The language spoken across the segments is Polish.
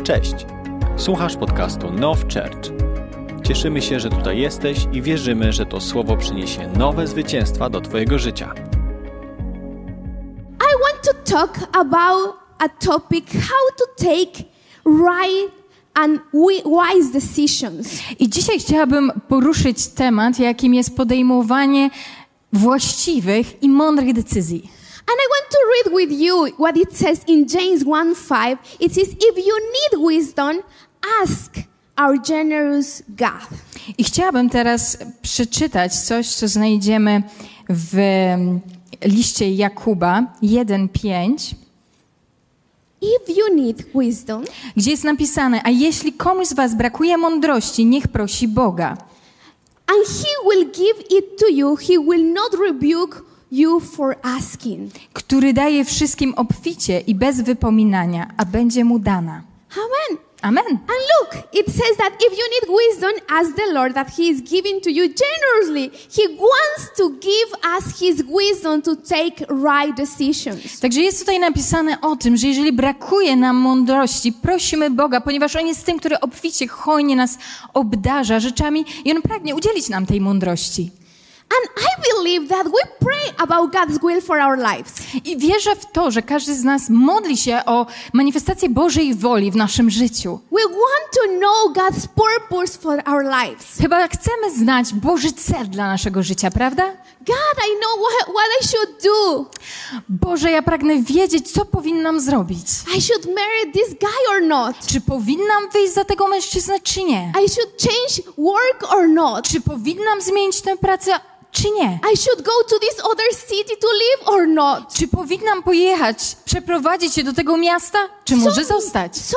Cześć! Słuchasz podcastu Now Church. Cieszymy się, że tutaj jesteś i wierzymy, że to słowo przyniesie nowe zwycięstwa do Twojego życia. I want to talk about a topic how to take right and wise decisions. I dzisiaj chciałabym poruszyć temat, jakim jest podejmowanie właściwych i mądrych decyzji. And I want to read with you what it says in James 1:5. It says, if you need wisdom, ask our generous God. I chciałabym teraz przeczytać coś, co znajdziemy w liście Jakuba 1:5. If you need wisdom, gdzie jest napisane, a jeśli komuś z was brakuje mądrości, niech prosi Boga. and he will give it to you, he will not rebuke you for asking. Który daje wszystkim obficie i bez wypominania, a będzie mu dana. Amen. Amen. And look, it says that if you need wisdom, ask the Lord that he is giving to you generously. He wants to give us his wisdom to take right decisions. Także jest tutaj napisane o tym, że jeżeli brakuje nam mądrości, prosimy Boga, ponieważ On jest tym, który obficie, hojnie nas obdarza rzeczami i On pragnie udzielić nam tej mądrości. And I believe that we pray about God's will for our lives. I wierzę w to, że każdy z nas modli się o manifestację Bożej woli w naszym życiu. We want to know God's purpose for our lives. Chyba chcemy znać Boży cel dla naszego życia, prawda? God, I know what I should do. Boże, ja pragnę wiedzieć, co powinnam zrobić. I should marry this guy or not. Czy powinnam wyjść za tego mężczyznę, czy nie? I should change work or not. Czy powinnam zmienić tę pracę, czy nie? I should go to this other city to live or not. Czy powinnam pojechać, przeprowadzić się do tego miasta, czy może zostać? So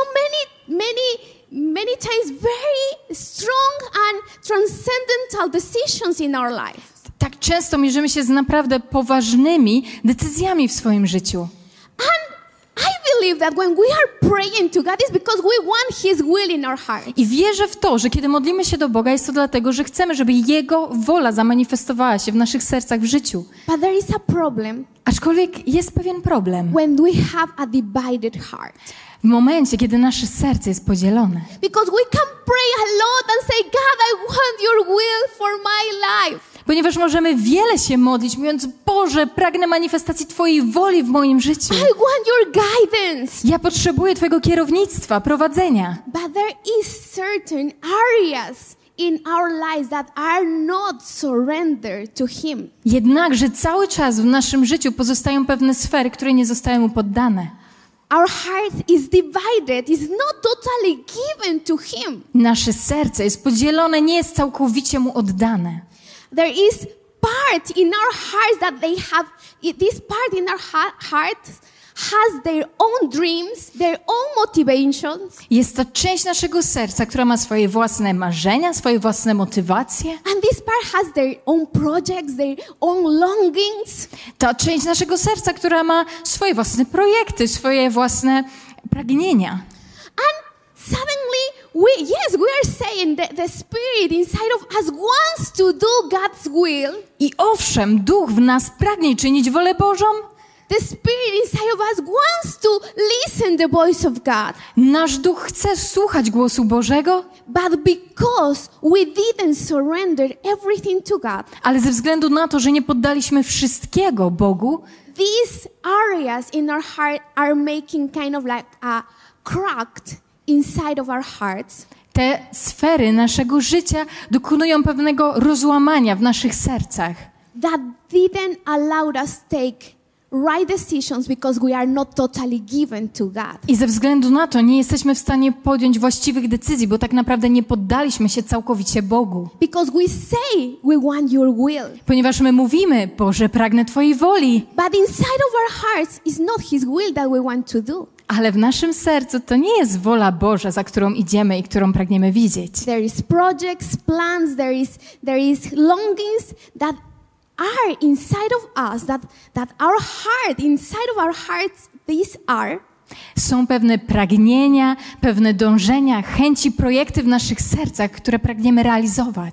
many times very strong and transcendental decisions in our life. Tak często mierzymy się z naprawdę poważnymi decyzjami w swoim życiu. And I believe that when we are praying to God, it's because we want his will in our heart. I wierzę w to, że kiedy modlimy się do Boga, jest to dlatego, że chcemy, żeby Jego wola zamanifestowała się w naszych sercach w życiu. But there is a problem Aczkolwiek jest pewien problem when we have a divided heart. w momencie, kiedy nasze serce jest podzielone. Because we can pray a lot and say, God, I want your will for my life. Ponieważ możemy wiele się modlić, mówiąc, Boże, pragnę manifestacji Twojej woli w moim życiu. I want your guidance. Ja potrzebuję Twojego kierownictwa, prowadzenia. But there is certain areas in our lives that are not surrendered to him. Jednakże cały czas w naszym życiu pozostają pewne sfery, które nie zostają mu poddane. Our heart is divided, is not totally given to him. Nasze serce jest podzielone, nie jest całkowicie mu oddane. There is part in our hearts that they have, this part in our heart has their own dreams, their own motivations. Jest to część naszego serca, która ma swoje własne marzenia, swoje własne motywacje. And this part has their own projects, their own longings. Ta część naszego serca, która ma swoje własne projekty, swoje własne pragnienia. And suddenly, we are saying that the Spirit inside of us wants to do God's will. I owszem, Duch w nas pragnie czynić wolę Bożą. The Spirit inside of us wants to listen the voice of God. Nasz Duch chce słuchać głosu Bożego, But because we didn't surrender everything to God, ale ze względu na to, że nie poddaliśmy wszystkiego Bogu, these areas in our heart are making kind of like a cracked inside of our hearts. te sfery naszego życia dokonują pewnego rozłamania w naszych sercach. That didn't allow us take right decisions because we are not totally given to God. I ze względu na to nie jesteśmy w stanie podjąć właściwych decyzji, bo tak naprawdę nie poddaliśmy się całkowicie Bogu. Because we say we want your will. Ponieważ my mówimy, Boże, pragnę Twojej woli, But inside of our hearts is not his will that we want to do. ale w naszym sercu to nie jest wola Boża, za którą idziemy i którą pragniemy widzieć. There is projects, plans, there is longings that are inside of us, that our heart, inside of our hearts, these are. Są pewne pragnienia, pewne dążenia, chęci, projekty w naszych sercach, które pragniemy realizować.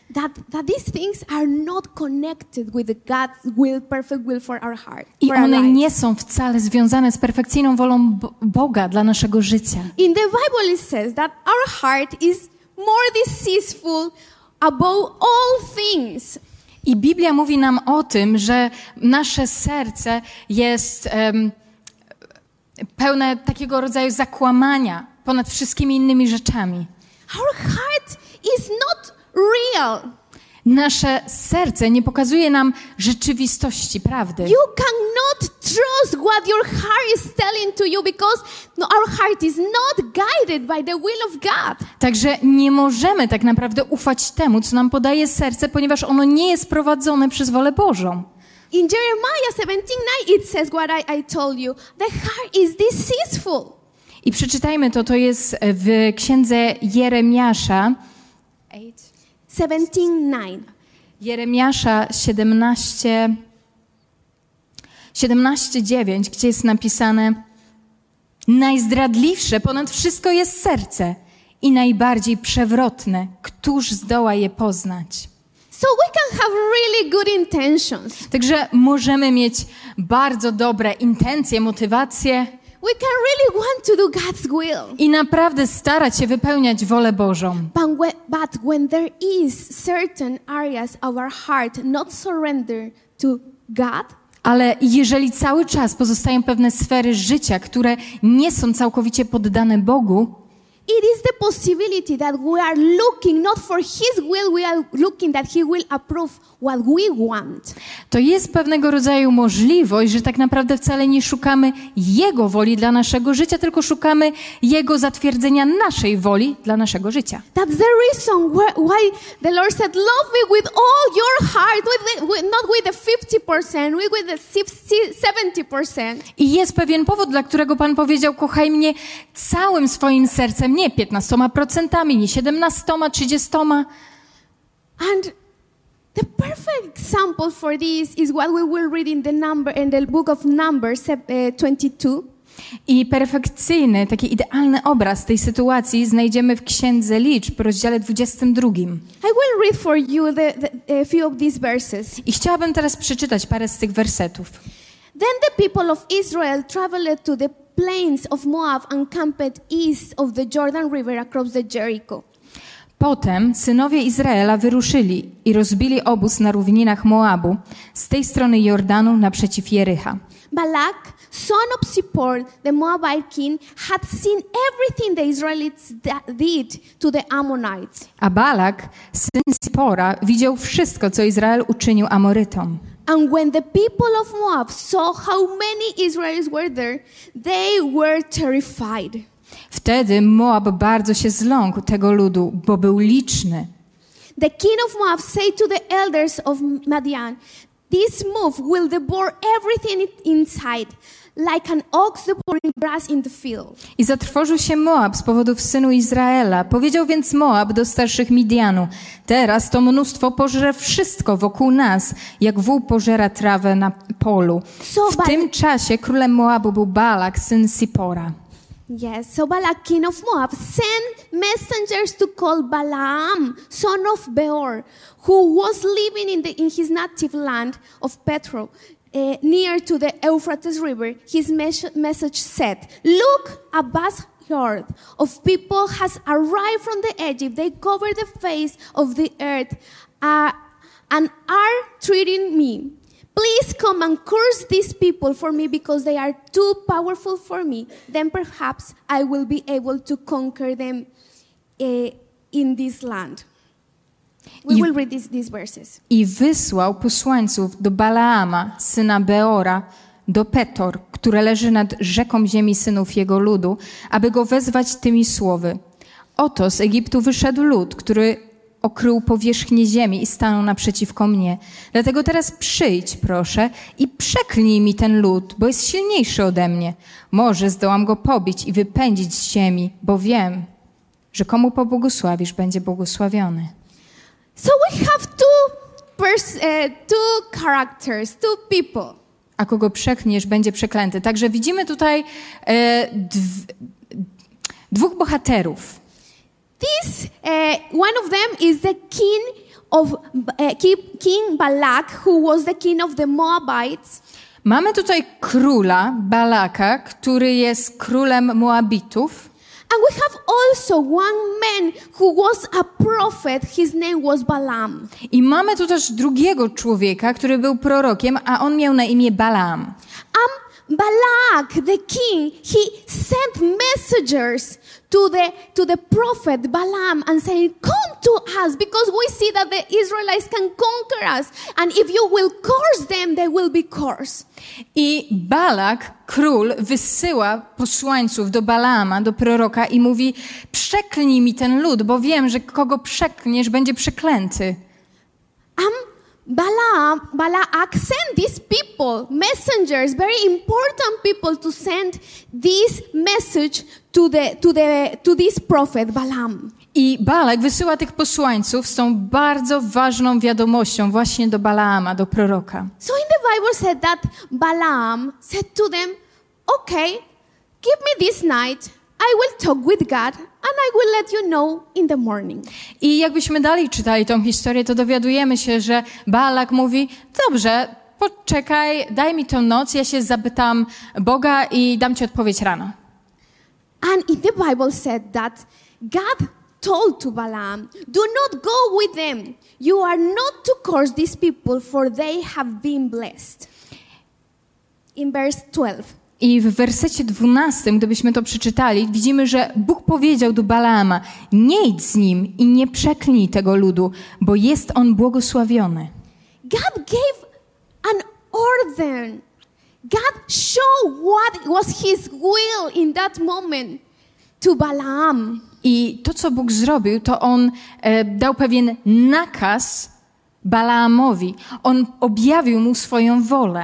that these things are not connected with God's will, perfect will for our heart. I for our one lives. nie są wcale związane z perfekcyjną wolą Boga dla naszego życia. In the Bible it says that our heart is more deceitful above all things. I Biblia mówi nam o tym, że nasze serce jest pełne takiego rodzaju zakłamania ponad wszystkimi innymi rzeczami. Our heart is not real. Nasze serce nie pokazuje nam rzeczywistości, prawdy. You cannot trust what your heart is telling to you because our heart is not guided by the will of God. Także nie możemy tak naprawdę ufać temu, co nam podaje serce, ponieważ ono nie jest prowadzone przez wolę Bożą. In Jeremiah 17:9 it says what I told you. The heart is deceitful. I przeczytajmy to jest w księdze Jeremiasza. 17:9. Jeremiasza 17:9, gdzie jest napisane: najzdradliwsze ponad wszystko jest serce i najbardziej przewrotne, któż zdoła je poznać. So we can have really good intentions. Także możemy mieć bardzo dobre intencje, motywacje We can really want to do God's will. i naprawdę starać się wypełniać wolę Bożą. But when there is certain areas of our heart not surrender to God, Ale jeżeli cały czas pozostają pewne sfery życia, które nie są całkowicie poddane Bogu, it is the possibility that we are looking not for His will, we are looking that He will approve what we want. to jest pewnego rodzaju możliwość, że tak naprawdę wcale nie szukamy Jego woli dla naszego życia, tylko szukamy Jego zatwierdzenia naszej woli dla naszego życia. That's the reason why the Lord said, love me with all your heart, not with the 50%, with the 70%. I jest pewien powód, dla którego Pan powiedział: kochaj mnie całym swoim sercem, nie 15%, nie 17%, 30%. And the perfect example for this is what we will read in the book of Numbers 22. I perfekcyjny, taki idealny obraz tej sytuacji znajdziemy w Księdze Liczb, w rozdziale 22. I will read for you a few of these verses. I chciałabym teraz przeczytać parę z tych wersetów. Then the people of Israel traveled to the plains of Moab and camped east of the Jordan River across the Jericho. Potem synowie Izraela wyruszyli i rozbili obóz na równinach Moabu, z tej strony Jordanu naprzeciw Jericha. Balak, son of Zippor, the Moabite king, had seen everything the Israelites did to the Ammonites. A Balak, syn Zippora, widział wszystko, co Izrael uczynił Amorytom. And when the people of Moab saw how many Israelites were there, they were terrified. Wtedy Moab bardzo się zląkł tego ludu, bo był liczny. The king of Moab said to the elders of Madian, "This move will devour everything inside, like an ox devouring grass in the field." I zatrwożył się Moab z powodów synu Izraela. Powiedział więc Moab do starszych Midianu: teraz to mnóstwo pożre wszystko wokół nas, jak wół pożera trawę na polu. W tym czasie królem Moabu był Balak, syn Zippora. Yes, so Balak, king of Moab, sent messengers to call Balaam, son of Beor, who was living in his native land of Petro, near to the Euphrates River. His message said, "Look, a vast horde of people has arrived from the Egypt. They cover the face of the earth and are treating me. Please come and curse these people for me because they are too powerful for me. Then perhaps I will be able to conquer them in this land." We will read these verses. I wysłał posłańców do Balaama, syna Beora, do Petor, które leży nad rzeką ziemi synów jego ludu, aby go wezwać tymi słowy: oto z Egiptu wyszedł lud, który okrył powierzchnię ziemi i stanął naprzeciwko mnie. Dlatego teraz przyjdź, proszę, i przeklnij mi ten lud, bo jest silniejszy ode mnie. Może zdołam go pobić i wypędzić z ziemi, bo wiem, że komu pobłogosławisz, będzie błogosławiony. So we have two characters, two people. A kogo przeklniesz, będzie przeklęty. Także widzimy tutaj dwóch bohaterów. One of them is the king of King Balak, who was the king of the Moabites. Mamy tutaj króla Balaka, który jest królem Moabitów. And we have also one man who was a prophet. His name was Balaam. I mamy tu też drugiego człowieka, który był prorokiem, a on miał na imię Balaam. Balak, the king, he sent messengers to the prophet Balaam and saying, "Come to us, because we see that the Israelites can conquer us, and if you will curse them, they will be cursed." I Balak, król, wysyła posłańców do Balaama, do proroka i mówi: przeklnij mi ten lud, bo wiem, że kogo przeklniesz, będzie przeklęty. Balak sent these people, messengers, very important people, to send this message to this prophet Balaam. I Balak wysyła tych posłańców z tą bardzo ważną wiadomością właśnie do Balaama, do proroka. So in the Bible said that Balaam said to them, "Okay, give me this night. I will talk with God and I will let you know in the morning." I jakbyśmy dalej czytali tą historię, to dowiadujemy się, że Balak mówi: dobrze, poczekaj, daj mi tę noc, ja się zapytam Boga i dam ci odpowiedź rano. And in the Bible said that God told to Balaam, "Do not go with them. You are not to curse these people, for they have been blessed." In verse 12. I w wersecie 12, gdybyśmy to przeczytali, widzimy, że Bóg powiedział do Balaama: nie idź z nim i nie przeklnij tego ludu, bo jest on błogosławiony. God gave an order. God showed what was his will in that moment to Balaam. I to, co Bóg zrobił, to on dał pewien nakaz Balaamowi. On objawił mu swoją wolę.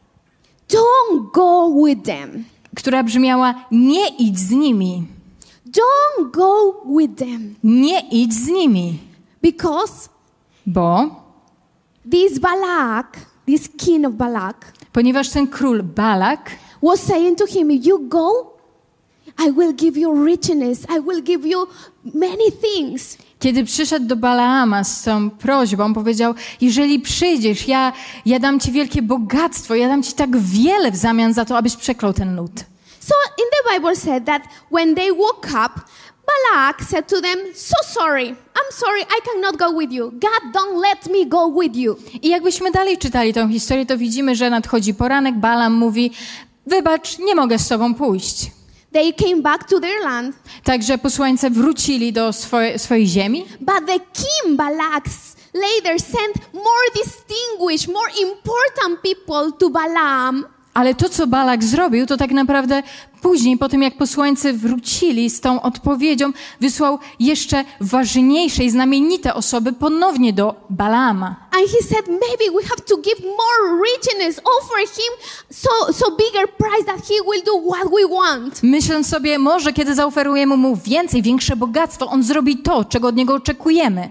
Don't go with them. Która brzmiała: nie idź z nimi. Don't go with them. Nie idź z nimi. Because Bo this Balak, this king of Balak, ponieważ ten król Balak was saying to him, "If you go, I will give you richness. I will give you many things." kiedy przyszedł do Balaama z tą prośbą, powiedział: jeżeli przyjdziesz, ja dam ci wielkie bogactwo, ja dam ci tak wiele w zamian za to, abyś przeklął ten lud. So in the Bible said that when they woke up, Balak said to them, I'm sorry, I cannot go with you. God, don't let me go with you. I jakbyśmy dalej czytali tę historię, to widzimy, że nadchodzi poranek, Balaam mówi: wybacz, nie mogę z tobą pójść. They came back to their land. Także posłańcy wrócili do swojej ziemi. But the king Balak later sent more distinguished, more important people to Balaam. Ale to, co Balak zrobił, to tak naprawdę później, po tym jak posłańcy wrócili z tą odpowiedzią, wysłał jeszcze ważniejsze i znamienite osoby ponownie do Balaama. And he said, maybe we have to give more richness, offer him so bigger price that he will do what we want. Myśląc sobie, może kiedy zaoferujemy mu więcej, większe bogactwo, on zrobi to, czego od niego oczekujemy.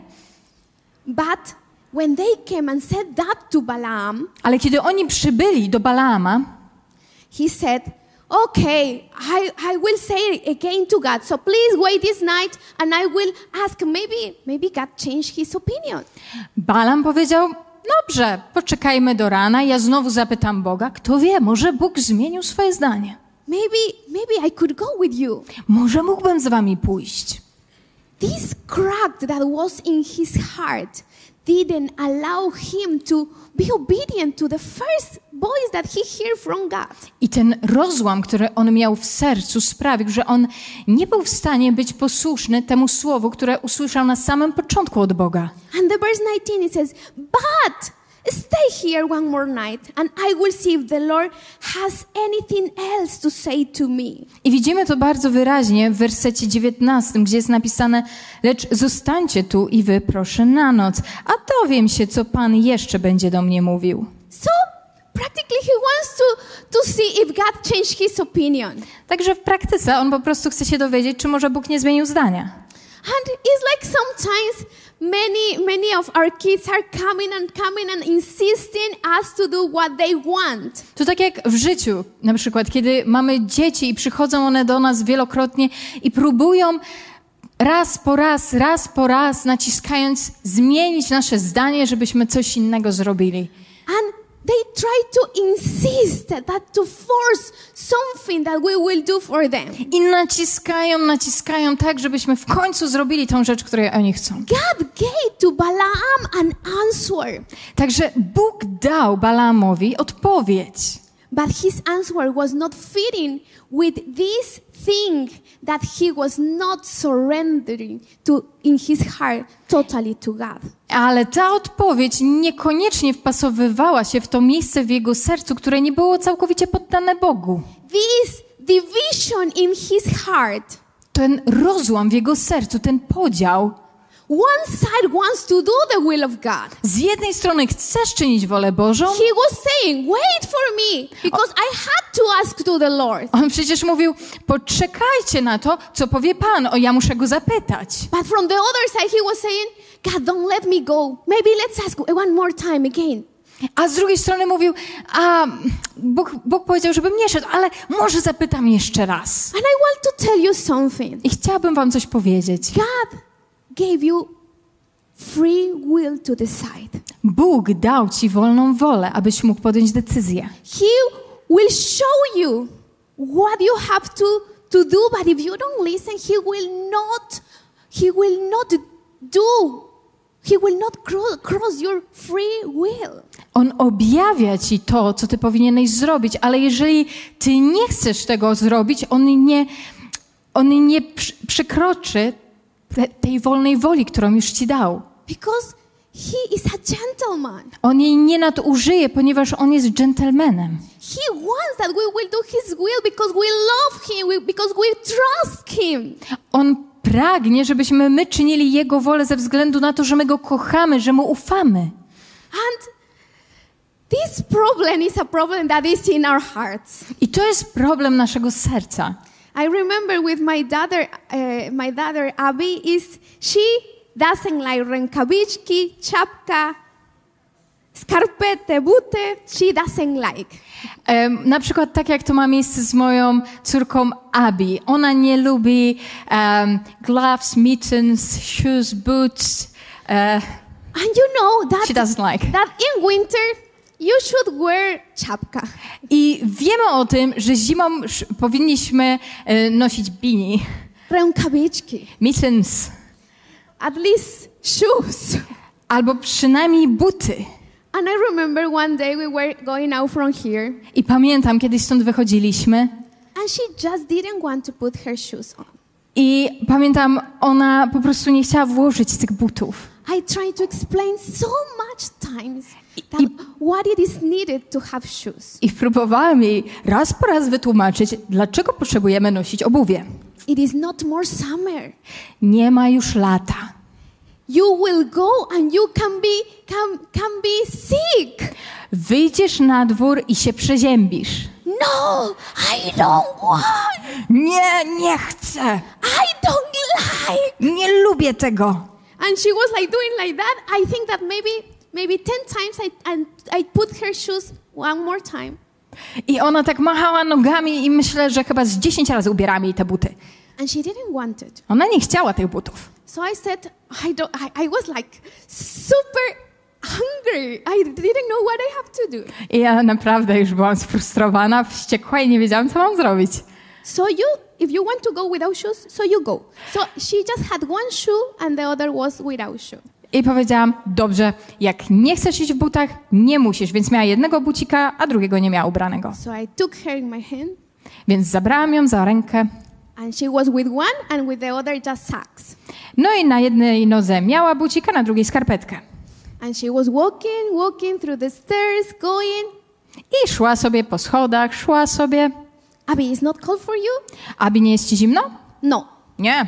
But when they came and said that to Balaam, ale kiedy oni przybyli do Balaama, he said, okay, I will say again to God, so please wait this night and I will ask, maybe God changed his opinion. Balaam powiedział: dobrze, poczekajmy do rana, ja znowu zapytam Boga, kto wie, może Bóg zmienił swoje zdanie. Maybe I could go with you. Może mógłbym z wami pójść. This crack that was in his heart didn't allow him to be obedient to the first voice that he heard from God. I ten rozłam, który on miał w sercu, sprawił, że on nie był w stanie być posłuszny temu słowu, które usłyszał na samym początku od Boga. And the verse 19 it says, "But stay here one more night and I will see if the Lord has anything else to say to me." I widzimy to bardzo wyraźnie w wersecie 19, gdzie jest napisane: lecz zostańcie tu i wy proszę na noc, a dowiem się, co Pan jeszcze będzie do mnie mówił. So practically he wants to see if God changed his opinion. Także w praktyce on po prostu chce się dowiedzieć, czy może Bóg nie zmienił zdania. And it's like sometimes many of our kids are coming and insisting us to do what they want. To tak jak w życiu, na przykład, kiedy mamy dzieci i przychodzą one do nas wielokrotnie i próbują raz po raz naciskając zmienić nasze zdanie, żebyśmy coś innego zrobili. And they try to insist that to force something that we will do for them. I naciskają tak, żebyśmy w końcu zrobili tą rzecz, której oni chcą. God gave to Balaam an answer. Także Bóg dał Balaamowi odpowiedź. But his answer was not fitting with this thing that he was not surrendering to in his heart totally to God. Ale ta odpowiedź niekoniecznie wpasowywała się w to miejsce w jego sercu, które nie było całkowicie poddane Bogu. This division in his heart. Ten rozłam w jego sercu, ten podział. One side wants to do the will of God. Z jednej strony chcesz czynić wolę Bożą. He was saying, wait for me, because I had to ask to the Lord. On przecież mówił, poczekajcie na to, co powie Pan, ja muszę go zapytać. But from the other side, he was saying, God, don't let me go. Maybe let's ask one more time again. A z drugiej strony mówił, Bóg powiedział, żebym nie szedł, ale może zapytam jeszcze raz. And I want to tell you something. I chciałabym wam coś powiedzieć. God gave you free will to decide. Bóg dał ci wolną wolę, abyś mógł podjąć decyzję. He will show you what you have to do, but if you don't listen, he will not cross your free will. On objawia ci to, co ty powinieneś zrobić, ale jeżeli ty nie chcesz tego zrobić, on nie przekroczy tej wolnej woli, którą już ci dał. Because he is a gentleman. On jej nie nadużyje, ponieważ on jest dżentelmenem. He wants that we will do his will because we love him, because we trust him. On pragnie, żebyśmy my czynili jego wolę ze względu na to, że my go kochamy, że mu ufamy. And this problem is a problem that is in our hearts. I to jest problem naszego serca. I remember with my daughter Abby, she doesn't like rękawiczki, czapka, skarpety, buty. She doesn't like. Na przykład tak jak to ma miejsce z moją córką Abby. Ona nie lubi gloves, mittens, shoes, boots. And you know that she doesn't like. That in winter you should wear czapka. I wiemy o tym, że zimą powinniśmy nosić beanie. Rękawiczki. Mittens. At least shoes. Albo przynajmniej buty. And I remember one day we were going out from here. I pamiętam, kiedyś stąd wychodziliśmy. And she just didn't want to put her shoes on. I pamiętam, ona po prostu nie chciała włożyć tych butów. I tried to explain so much times that what it is needed to have shoes. I próbowałam jej raz po raz wytłumaczyć, dlaczego potrzebujemy nosić obuwie. It is not more summer. Nie ma już lata. You will go and you can be sick. Wyjdziesz na dwór i się przeziębisz. No, I don't want. Nie chcę. I don't like. Nie lubię tego. And she was like doing like that. I think that maybe 10 times I put her shoes one more time. I ona tak machała nogami i myślę, że chyba z 10 razy ubierałam jej te buty. And she didn't want it. Ona nie chciała tych butów. So I said, I was like super hungry. I didn't know what I have to do. I ja naprawdę już byłam sfrustrowana, wściekła i nie wiedziałam, co mam zrobić. So if you want to go without shoes, so you go. So she just had one shoe and the other was without shoe. I powiedziałam, dobrze, jak nie chcesz iść w butach, nie musisz. Więc miała jednego bucika, a drugiego nie miała ubranego. So I took her in my hand. Więc zabrałam ją za rękę. And she was with one and with the other just socks. No i na jednej nodze miała bucika, na drugiej skarpetkę. And she was walking through the stairs, going. I szła sobie po schodach, szła sobie. Abby, it's not cold for you? Abby, nie jest ci zimno? No. Nie.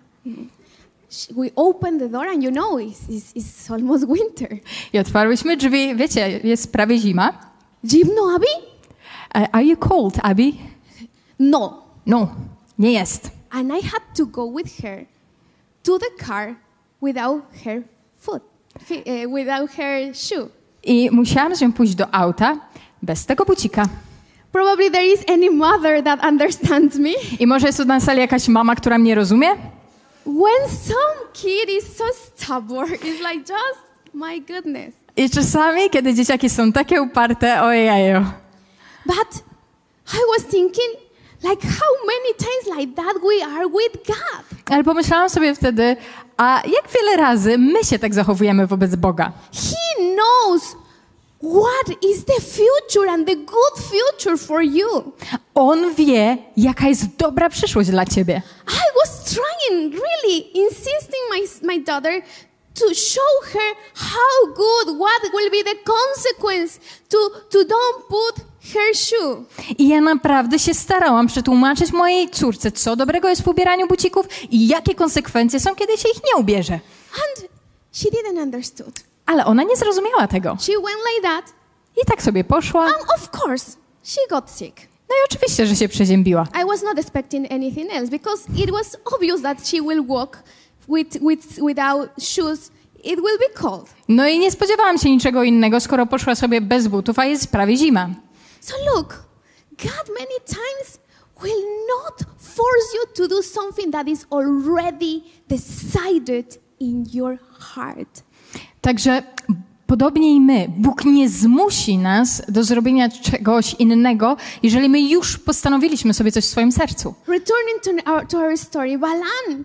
We opened the door and you know it's almost winter. I otwarłyśmy drzwi, wiecie, jest prawie zima. Zimno, Abby? Are you cold, Abby? No. No, nie jest. And I had to go with her to the car without her foot, without her shoe. I musiałam z nią pójść do auta bez tego bucika. Probably there is any mother that understands me. I może jest tu na sali jakaś mama, która mnie rozumie? when some kid is so stubborn, it's like just, my goodness. I czasami, kiedy dzieciaki są takie uparte, ojeju. But I was thinking, like how many times like that we are with God. Ale pomyślałam sobie wtedy, a jak wiele razy my się tak zachowujemy wobec Boga? He knows what is the future and the good future for you. On wie, jaka jest dobra przyszłość dla ciebie. I was trying, really insisting my daughter to show her how good, what will be the consequence to don't put her shoe. I ja naprawdę się starałam przetłumaczyć mojej córce, co dobrego jest w ubieraniu bucików i jakie konsekwencje są, kiedy się ich nie ubierze. And she didn't understood. Ale ona nie zrozumiała tego. She went like that. I tak sobie poszła. And of course, she got sick. No i oczywiście, że się przeziębiła. I was not expecting anything else because it was obvious that she will walk without shoes. It will be cold. No i nie spodziewałam się niczego innego, skoro poszła sobie bez butów, a jest prawie zima. So look, God many times will not force you to do something that is already decided in your heart. Także podobnie i my, Bóg nie zmusi nas do zrobienia czegoś innego, jeżeli my już postanowiliśmy sobie coś w swoim sercu. Returning to our story, Balaam,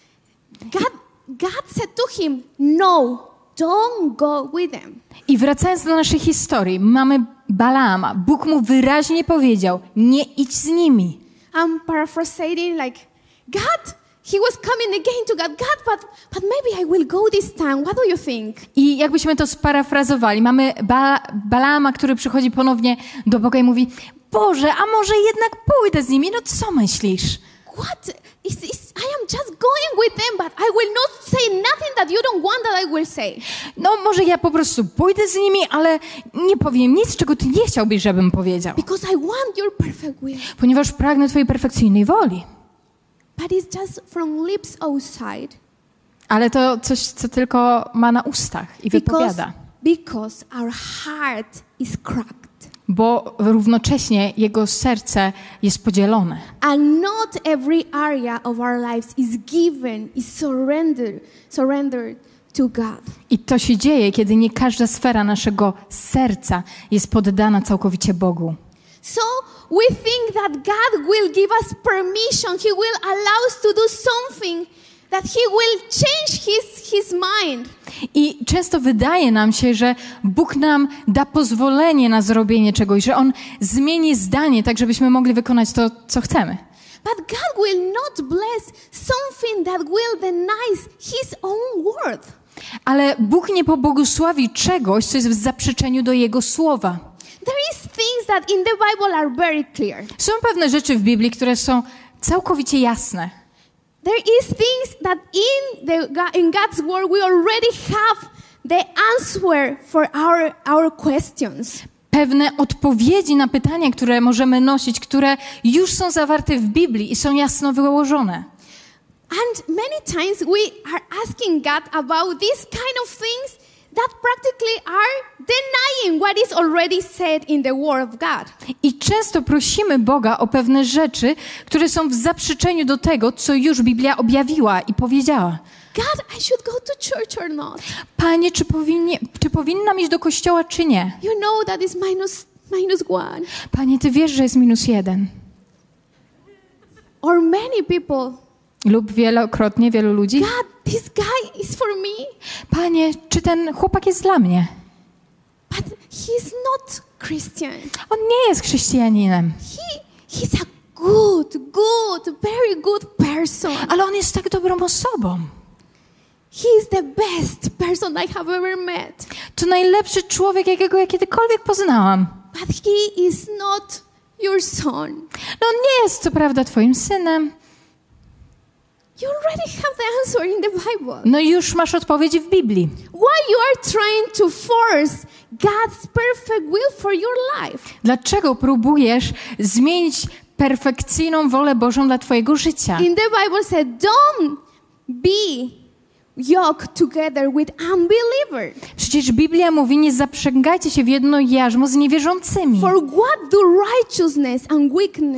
God said to him, no, don't go with them. I wracając do naszej historii, mamy Balaama. Bóg mu wyraźnie powiedział, nie idź z nimi. I'm paraphrasing like, God, he was coming again to God, but maybe I will go this time. What do you think? I jakbyśmy to sparafrazowali, mamy Balaama, który przychodzi ponownie do Boga i mówi, Boże, a może jednak pójdę z nimi? No co myślisz? What? I am just going with them, but I will not say nothing that you don't want that I will say. No może ja po prostu pójdę z nimi, ale nie powiem nic, czego ty nie chciałbyś, żebym powiedział. Because I want your perfect will. Ponieważ pragnę twojej perfekcyjnej woli. But it's just from lips outside. Ale to coś, co tylko ma na ustach i wypowiada. Because our heart is cracked. Bo równocześnie jego serce jest podzielone. And not every area of our lives is given, is surrendered to God. I to się dzieje, kiedy nie każda sfera naszego serca jest poddana całkowicie Bogu. So we think that God will give us permission, He will allow us to do something, that He will change His mind. I często wydaje nam się, że Bóg nam da pozwolenie na zrobienie czegoś, że On zmieni zdanie tak, żebyśmy mogli wykonać to, co chcemy. But God will not bless something that will deny His own word. Ale Bóg nie pobłogosławi czegoś, co jest w zaprzeczeniu do Jego słowa. There is things that in the Bible are very clear. Są pewne rzeczy w Biblii, które są całkowicie jasne. There is things that in God's word we already have the answer for our questions. Pewne odpowiedzi na pytania, które możemy nosić, które już są zawarte w Biblii i są jasno wyłożone. And many times we are asking God about these kind of things that practically are denying what is already said in the Word of God. I często prosimy Boga o pewne rzeczy, które są w zaprzeczeniu do tego, co już Biblia objawiła i powiedziała. God, I should go to church or not? Panie, czy powinnam iść do kościoła, czy nie? You know that is minus one. Panie, Ty wiesz, że jest -1. Or many people. Lub wielokrotnie wielu ludzi. God, this guy is for me. Panie, czy ten chłopak jest dla mnie? But he's not Christian. On nie jest chrześcijaninem. He's a good, very good person. Ale on jest tak dobrą osobą. He is the best person I have ever met. To najlepszy człowiek, jakiego ja kiedykolwiek poznałam. But he is not your son. No on nie jest co prawda twoim synem. You already have the answer in the Bible. No i już masz odpowiedź w Biblii. Why you are trying to force God's perfect will for your life? Dlaczego próbujesz zmienić perfekcyjną wolę Bożą dla twojego życia? In the Bible said, don't be yoked together with unbelievers. Przecież Biblia mówi, nie zaprzęgajcie się w jedno jarzmo z niewierzącymi. For what do righteousness and wickedness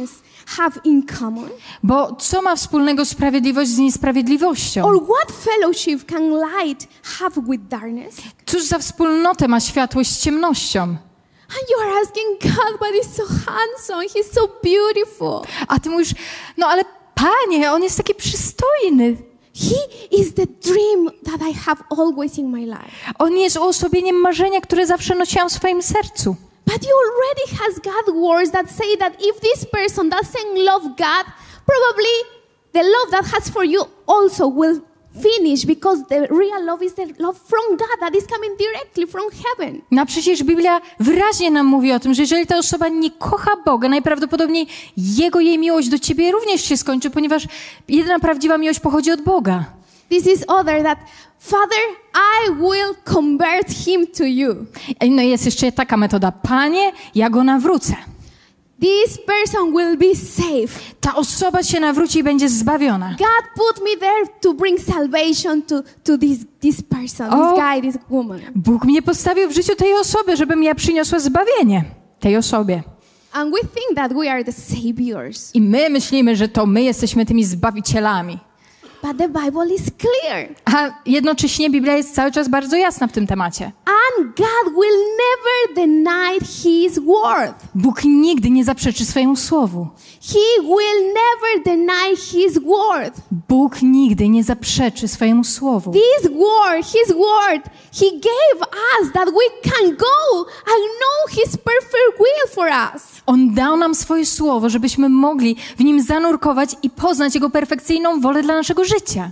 have in common? Bo co ma wspólnego sprawiedliwość z niesprawiedliwością? Or what fellowship can light have with darkness? Cóż za wspólnotę ma światłość z ciemnością? And you are asking God, but he's so handsome, he's so beautiful. A ty mówisz, no ale Panie, On jest taki przystojny. He is the dream that I have always in my life. On jest uosobieniem marzenia, które zawsze nosiłam w swoim sercu. But you already has God words that say that if this person doesn't love God, probably the love that has for you also will finish, because the real love is the love from God that is coming directly from heaven. No przecież Biblia wyraźnie nam mówi o tym, że jeżeli ta osoba nie kocha Boga, najprawdopodobniej jej miłość do ciebie również się skończy, ponieważ jedyna prawdziwa miłość pochodzi od Boga. This is other that, Father, I will convert him to you. No i jest jeszcze taka metoda. Panie, ja go nawrócę. This person will be saved. Ta osoba się nawróci i będzie zbawiona. God put me there to bring salvation to this person, Oh. this guy, this woman. Bóg mnie postawił w życiu tej osoby, żebym ja przyniosła zbawienie tej osobie. And we think that we are the saviors. I my myślimy, że to my jesteśmy tymi zbawicielami. But the Bible is clear. A jednocześnie Biblia jest cały czas bardzo jasna w tym temacie. And God will never deny his word. Bóg nigdy nie zaprzeczy swojemu słowu. He will never deny his word. Bóg nigdy nie zaprzeczy swojemu słowu. This word, his word, he gave us that we can go and know his perfect will for us. On dał nam swoje słowo, żebyśmy mogli w nim zanurkować i poznać Jego perfekcyjną wolę dla naszego życia.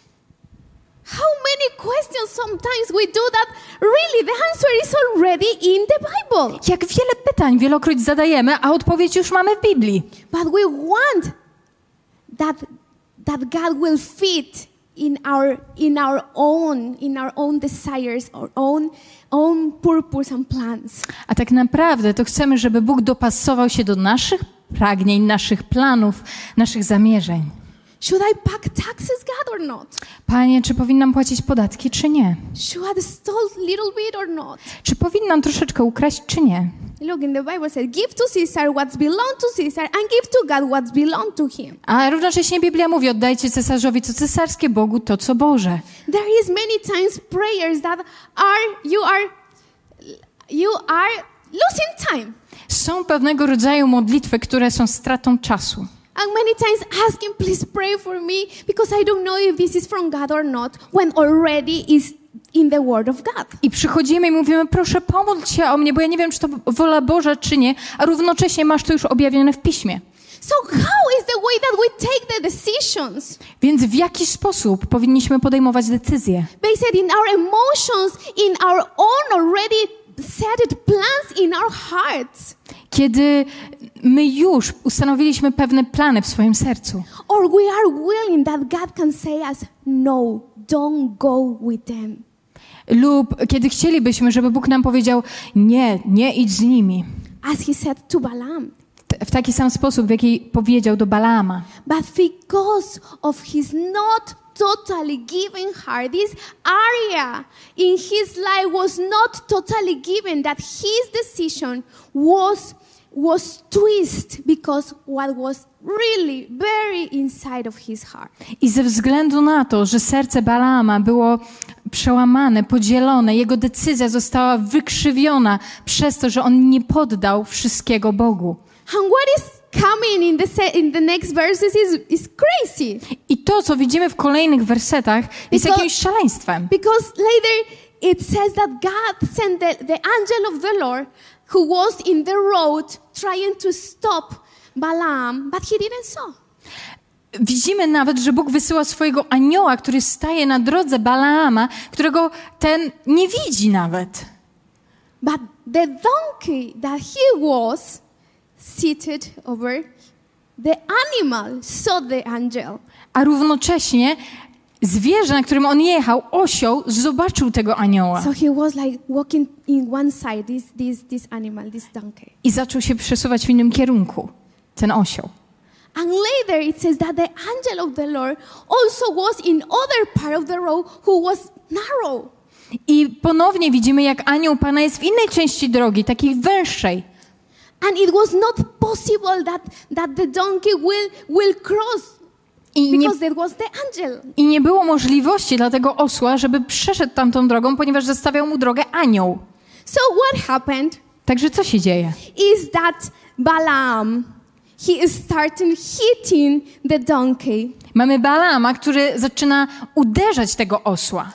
How many questions sometimes we do that really the answer is already in the Bible. Jak wiele pytań wielokroć zadajemy, a odpowiedź już mamy w Biblii. But we want that God will fit in our own desires, our own purpose and plans. A tak naprawdę to chcemy, żeby Bóg dopasował się do naszych pragnień, naszych planów, naszych zamierzeń. Should I pay taxes, God, or not? Panie, czy powinnam płacić podatki, czy nie? Should I steal a little bit or not? Czy powinnam troszeczkę ukraść, czy nie? Look, in the Bible says, give to Caesar what belongs to Caesar and give to God what belongs to him. A równocześnie Biblia mówi, oddajcie cesarzowi co cesarskie, Bogu to co Boże. There is many times prayers that you are losing time. Są pewnego rodzaju modlitwy, które są stratą czasu. And many times asking, please pray for me because I don't know if this is from God or not, when already is in the word of God. I przychodzimy i mówimy, proszę pomódl się o mnie, bo ja nie wiem, czy to wola Boża, czy nie, a równocześnie masz to już objawione w Piśmie. So how is the way that we take the decisions? Więc w jaki sposób powinniśmy podejmować decyzje? Based in our emotions, in our own already set plans in our hearts. Kiedy my już ustanowiliśmy pewne plany w swoim sercu. Or we are willing that God can say us, no, don't go with them. Lub kiedy chcielibyśmy, żeby Bóg nam powiedział, nie idź z nimi. As he said to Balaam. W taki sam sposób, w jaki powiedział do Balaama. But because of his not totally giving heart, this area in his life was not totally given, that his decision was twist because what was really very inside of his heart. I ze względu na to, że serce Balaama było przełamane, podzielone, jego decyzja została wykrzywiona przez to, że on nie poddał wszystkiego Bogu. And what is coming in the next verses is crazy. I to, co widzimy w kolejnych wersetach, jest jakimś szaleństwem. Because later it says that God sent the angel of the Lord who was in the road trying to stop Balaam, but he didn't saw. Widzimy nawet, że Bóg wysyła swojego anioła, który staje na drodze Balaama, którego ten nie widzi nawet. But the donkey that he was seated over, the animal saw the angel. A równocześnie zwierzę, na którym on jechał, osioł, zobaczył tego anioła. So he was like walking in one side, this animal, this donkey. I zaczął się przesuwać w innym kierunku, ten osioł. And later it says that the angel of the Lord also was in other part of the road who was narrow. I ponownie widzimy, jak anioł Pana jest w innej części drogi, takiej węższej. And it was not possible that the donkey will cross because there was the angel. I nie było możliwości dla tego osła, żeby przeszedł tamtą drogą, ponieważ zastawiał mu drogę anioł. So what happened Także co się dzieje? is that Balaam, he is starting hitting the donkey Mamy Balaama, który zaczyna uderzać tego osła.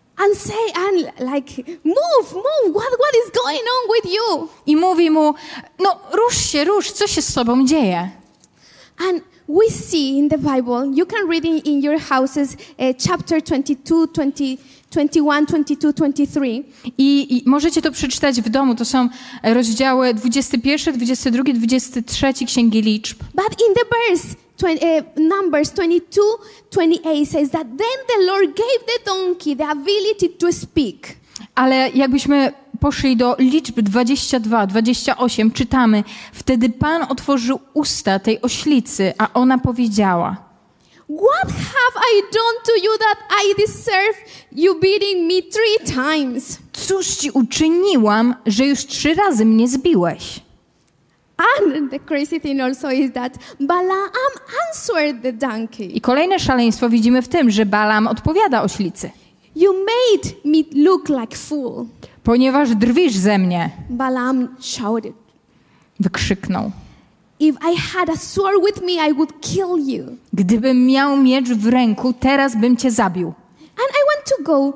and like, move, what is going on with you? I mówi mu, no rusz, co się z tobą dzieje? And we see in the Bible, you can read in your houses, chapter 22, 21, 22, 23. I możecie to przeczytać w domu. To są rozdziały 21, 22, 23 Księgi Liczb. But in the verse, Numbers 22, 28 says that then the Lord gave the donkey the ability to speak. Ale jakbyśmy poszli do liczb 22, 28, czytamy: Wtedy Pan otworzył usta tej oślicy, a ona powiedziała: What have I done to you that I deserve you beating me 3 times? Cóż ci uczyniłam, że już 3 razy mnie zbiłeś? And the crazy thing also is that Balaam answered the donkey. I kolejne szaleństwo widzimy w tym, że Balaam odpowiada oślicy. You made me look like fool. Ponieważ drwisz ze mnie, Balaam shouted. wykrzyknął. If I had a sword with me, I would kill you. Gdybym miał miecz w ręku, teraz bym cię zabił. And I want to go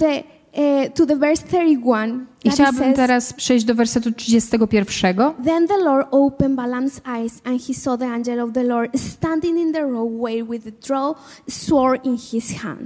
to the verse 31. I that chciałabym says, teraz przejść do wersetu 31. Then the Lord opened Balaam's eyes, and he saw the angel of the Lord standing in the roadway with the drawn sword in his hand.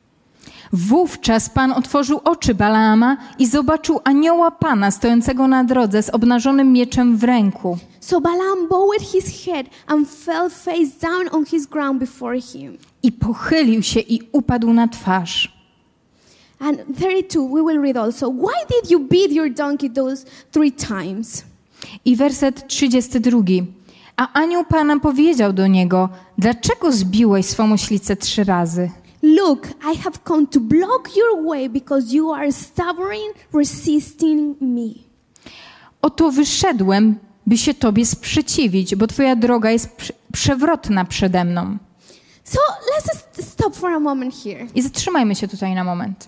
Wówczas Pan otworzył oczy Balaama i zobaczył anioła Pana stojącego na drodze z obnażonym mieczem w ręku. So Balaam bowed his head and fell face down on his ground before him. I pochylił się i upadł na twarz. And 32, we will read also. Why did you beat your donkey those 3 times? I werset 32. A anioł Pana powiedział do niego: Dlaczego zbiłeś swą oślicę 3 razy? Look, I have come to block your way because you are stubborn, resisting me. Oto wyszedłem, by się Tobie sprzeciwić, bo Twoja droga jest przewrotna przede mną. So let's stop for a moment here. I zatrzymajmy się tutaj na moment.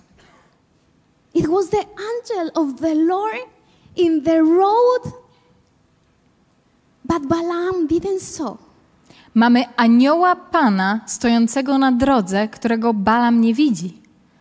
It was the angel of the Lord in the road, but Balaam didn't saw. Mamy anioła Pana stojącego na drodze, którego Balaam nie widzi.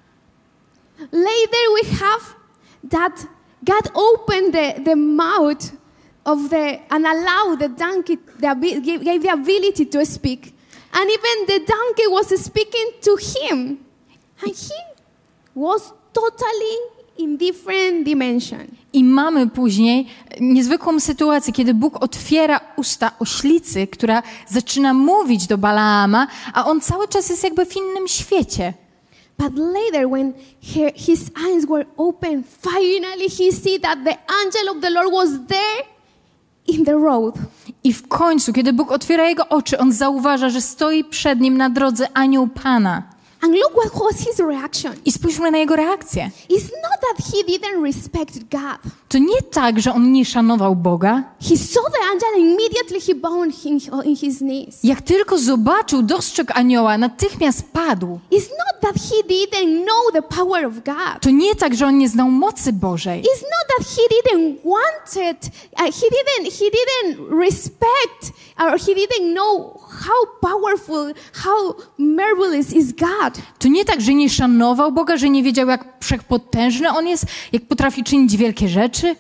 Later we have that God opened the mouth of and allowed the donkey, gave the ability to speak. And even the donkey was speaking to him. And he was totally in different dimension. I mamy później niezwykłą sytuację, kiedy Bóg otwiera usta oślicy, która zaczyna mówić do Balaama, a on cały czas jest jakby w innym świecie. But later when his eyes were open, finally he see that the angel of the Lord was there in the road. I w końcu, kiedy Bóg otwiera jego oczy, on zauważa, że stoi przed nim na drodze anioł Pana. And look what was his reaction. I spójrzmy na jego reakcję. It's not that he didn't respect God. To nie tak, że on nie szanował Boga. He saw the angel and immediately he bowed in his knees. Jak tylko zobaczył, dostrzegł anioła, natychmiast padł. It's not that he didn't know the power of God. To nie tak, że on nie znał mocy Bożej. It's not that he didn't want it. He didn't respect or he didn't know how powerful, how marvelous is God. To nie tak, że nie szanował Boga, że nie wiedział, jak wszechpotężny On jest, jak potrafi czynić wielkie rzeczy.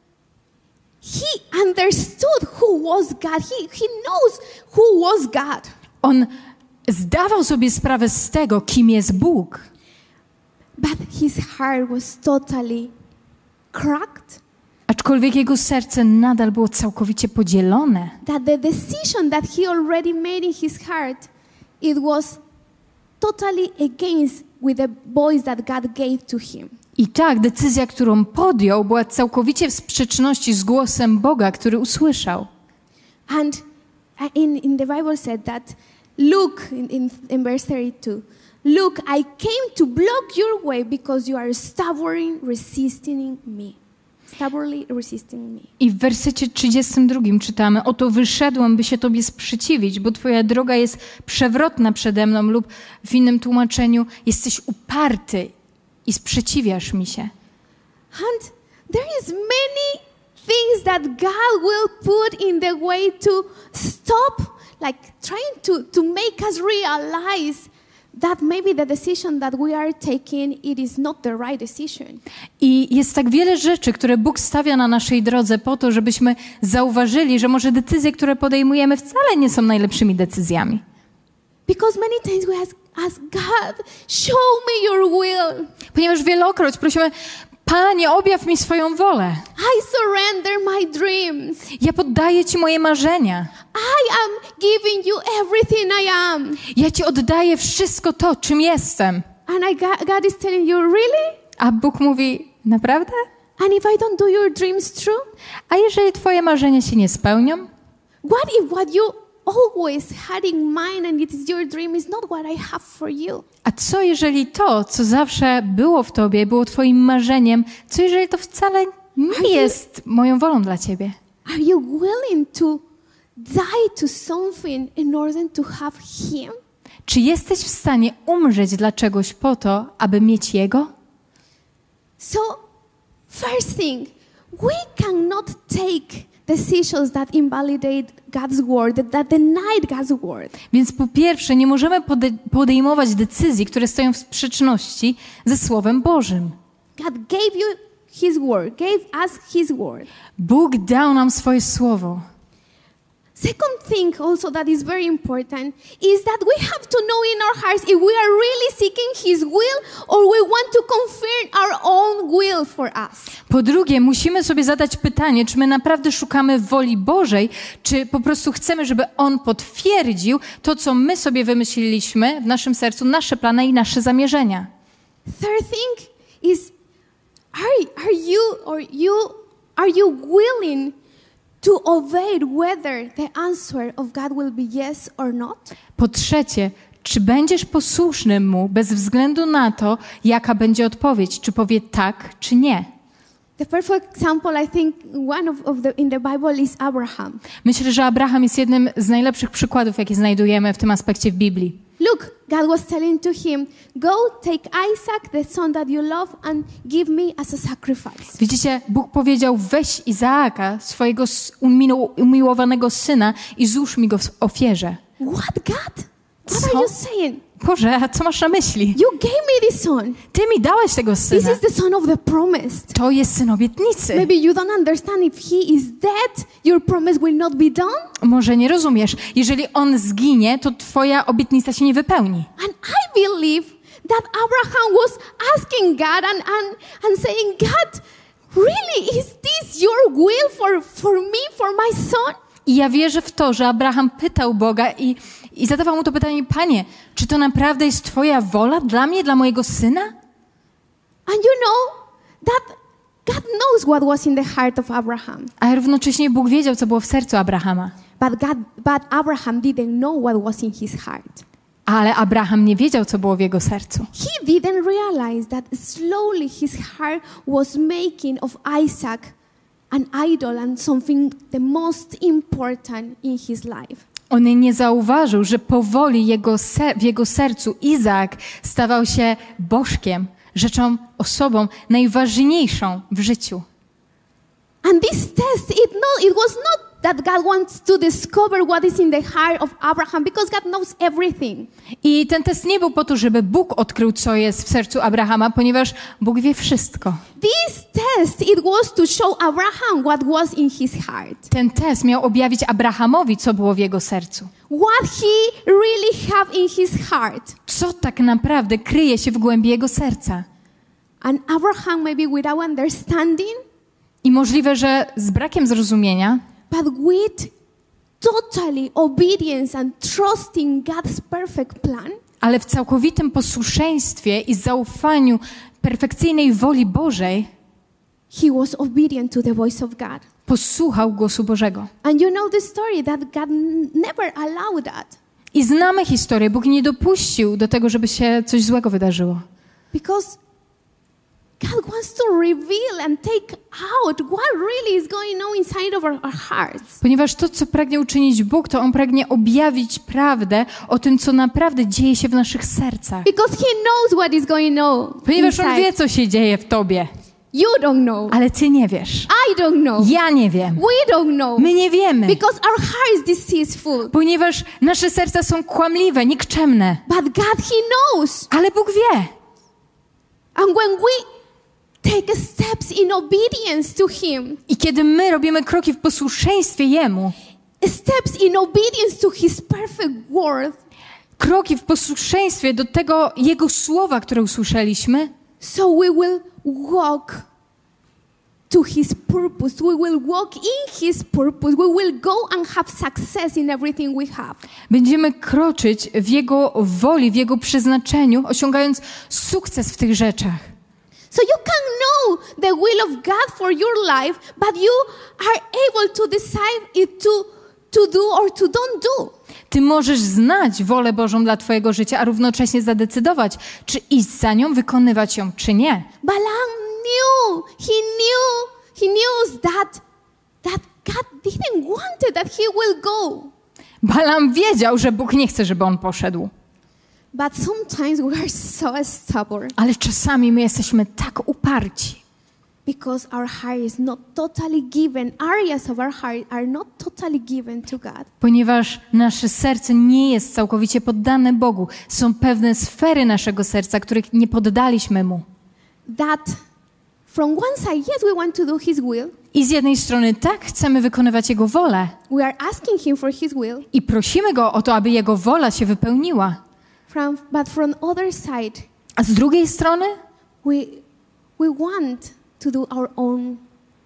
He understood who was God. He knows who was God. On zdawał sobie sprawę z tego, kim jest Bóg. But his heart was totally cracked. Aczkolwiek jego serce nadal było całkowicie podzielone. That the decision that he already made in his heart, it was totally against with the voice that God gave to him. I tak, decyzja, którą podjął, była całkowicie w sprzeczności z głosem Boga, który usłyszał. And in the Bible said that, look, in verse 32, look, I came to block your way because you are stubborn, resisting me. stubbornly resisting me. I w wersecie 32 czytamy: oto wyszedłem, by się Tobie sprzeciwić, bo Twoja droga jest przewrotna przede mną, lub w innym tłumaczeniu jesteś uparty i sprzeciwiasz mi się. And there is many things that God will put in the way to stop, like trying to make us realize that maybe the decision that we are taking, it is not the right decision. I jest tak wiele rzeczy, które Bóg stawia na naszej drodze po to, żebyśmy zauważyli, że może decyzje, które podejmujemy, wcale nie są najlepszymi decyzjami. Because many times we ask God, show me your will. Ponieważ wielokroć prosimy: Panie, objaw mi swoją wolę. I surrender my dreams. Ja poddaję Ci moje marzenia. I am giving you everything I am. Ja Ci oddaję wszystko to, czym jestem. And God is telling you, really? A Bóg mówi: naprawdę? And if I don't do your dreams true? A jeżeli Twoje marzenia się nie spełnią? What if what you always had in mind and it is your dream is not what I have for you? A co jeżeli to, co zawsze było w Tobie, było Twoim marzeniem, co jeżeli to wcale nie jest moją wolą dla Ciebie? Are you willing to die to something in order to have Him? Czy jesteś w stanie umrzeć dla czegoś po to, aby mieć Jego? So, first thing, we cannot take decisions that invalidate God's word, that deny God's word. Więc po pierwsze, nie możemy podejmować decyzji, które stoją w sprzeczności ze Słowem Bożym. God gave you His word, gave us His word. Bóg dał nam swoje Słowo. Second thing also that is very important is that we have to know in our hearts if we are really seeking His will or we want to confirm our own will for us. Po drugie, musimy sobie zadać pytanie, czy my naprawdę szukamy woli Bożej, czy po prostu chcemy, żeby On potwierdził to, co my sobie wymyśliliśmy w naszym sercu, nasze plany i nasze zamierzenia. Third thing is, are you willing to obey whether the answer of God will be yes or not? Po trzecie, czy będziesz posłuszny Mu bez względu na to, jaka będzie odpowiedź, czy powie tak, czy nie? The perfect example, I think, one in the Bible is Abraham. Myślę, że Abraham jest jednym z najlepszych przykładów, jakie znajdujemy w tym aspekcie w Biblii. Look, God was telling to him, go take Isaac, the son that you love, and give me as a sacrifice. Widzicie, Bóg powiedział: weź Izaaka, swojego umiłowanego syna, i złóż mi go w ofierze. What, God? What Co? are you saying? Boże, a co masz na myśli? You gave me this son. Ty mi dałeś tego This syna. is the son of the promised. To jest syn obietnicy. Maybe you don't understand if he is dead, your promise will not be done. Może nie rozumiesz. Jeżeli on zginie, to twoja obietnica się nie wypełni. And I believe that Abraham was asking God and saying, God, really, is this your will for me, for my son? I ja wierzę w to, że Abraham pytał Boga i zadawał mu to pytanie: Panie, czy to naprawdę jest Twoja wola dla mnie, dla mojego syna? And you know that God knows what was in the heart of Abraham. A równocześnie Bóg wiedział, co było w sercu Abrahama. But Abraham didn't know what was in his heart. Ale Abraham nie wiedział, co było w jego sercu. He didn't realize that slowly his heart was making of Isaac an idol and something the most important in his life. On nie zauważył, że powoli w jego sercu Izaak stawał się bożkiem, osobą najważniejszą w życiu. And this test, it was not that God wants to discover what is in the heart of Abraham, because God knows everything. I ten test nie był po to, żeby Bóg odkrył, co jest w sercu Abrahama, ponieważ Bóg wie wszystko. This test, it was to show Abraham what was in his heart. Ten test miał objawić Abrahamowi, co było w jego sercu. What he really have in his heart. Co tak naprawdę kryje się w głębi jego serca. And Abraham, maybe without understanding, I możliwe, że z brakiem zrozumienia, but with totally obedience and trusting God's perfect plan, ale w całkowitym posłuszeństwie i zaufaniu perfekcyjnej woli Bożej, he was obedient to the voice of God. posłuchał głosu Bożego. And you know the story that God never allowed that. I znamy historię. Bóg nie dopuścił do tego, żeby się coś złego wydarzyło. Because God wants to reveal and take out what really is going on inside of our hearts. Ponieważ to, co pragnie uczynić Bóg, to On pragnie objawić prawdę o tym, co naprawdę dzieje się w naszych sercach. Because He knows what is going on Ponieważ On inside. wie, co się dzieje w tobie, You don't know. ale ty nie wiesz. I don't know. Ja nie wiem. We don't know. My nie wiemy. Because our heart is deceitful. Ponieważ nasze serca są kłamliwe, nikczemne. But God, He knows. Ale Bóg wie. And when we take steps in obedience to Him, I kiedy my robimy kroki w posłuszeństwie Jemu, steps in obedience to His perfect word, kroki w posłuszeństwie do tego Jego słowa, które usłyszeliśmy, so we will walk to His purpose. We will walk in His purpose. We will go and have success in everything we have. będziemy kroczyć w Jego woli, w Jego przeznaczeniu, osiągając sukces w tych rzeczach. So you can know the will of God for your life, but you are able to decide it to do or to don't do. Ty możesz znać wolę Bożą dla twojego życia, a równocześnie zadecydować, czy iść za nią, wykonywać ją, czy nie. Balaam knew, he knew that God didn't want it, that he will go. Balaam wiedział, że Bóg nie chce, żeby on poszedł. But sometimes we are so stubborn Ale czasami my jesteśmy tak uparci, because our heart is not totally given. Areas of our heart are not totally given to God. ponieważ nasze serce nie jest całkowicie poddane Bogu. Są pewne sfery naszego serca, których nie poddaliśmy Mu. That from one side, yes, we want to do His will. I z jednej strony tak chcemy wykonywać Jego wolę We are asking Him for His will. i prosimy Go o to, aby Jego wola się wypełniła. But from other side, A z drugiej strony we want to do our own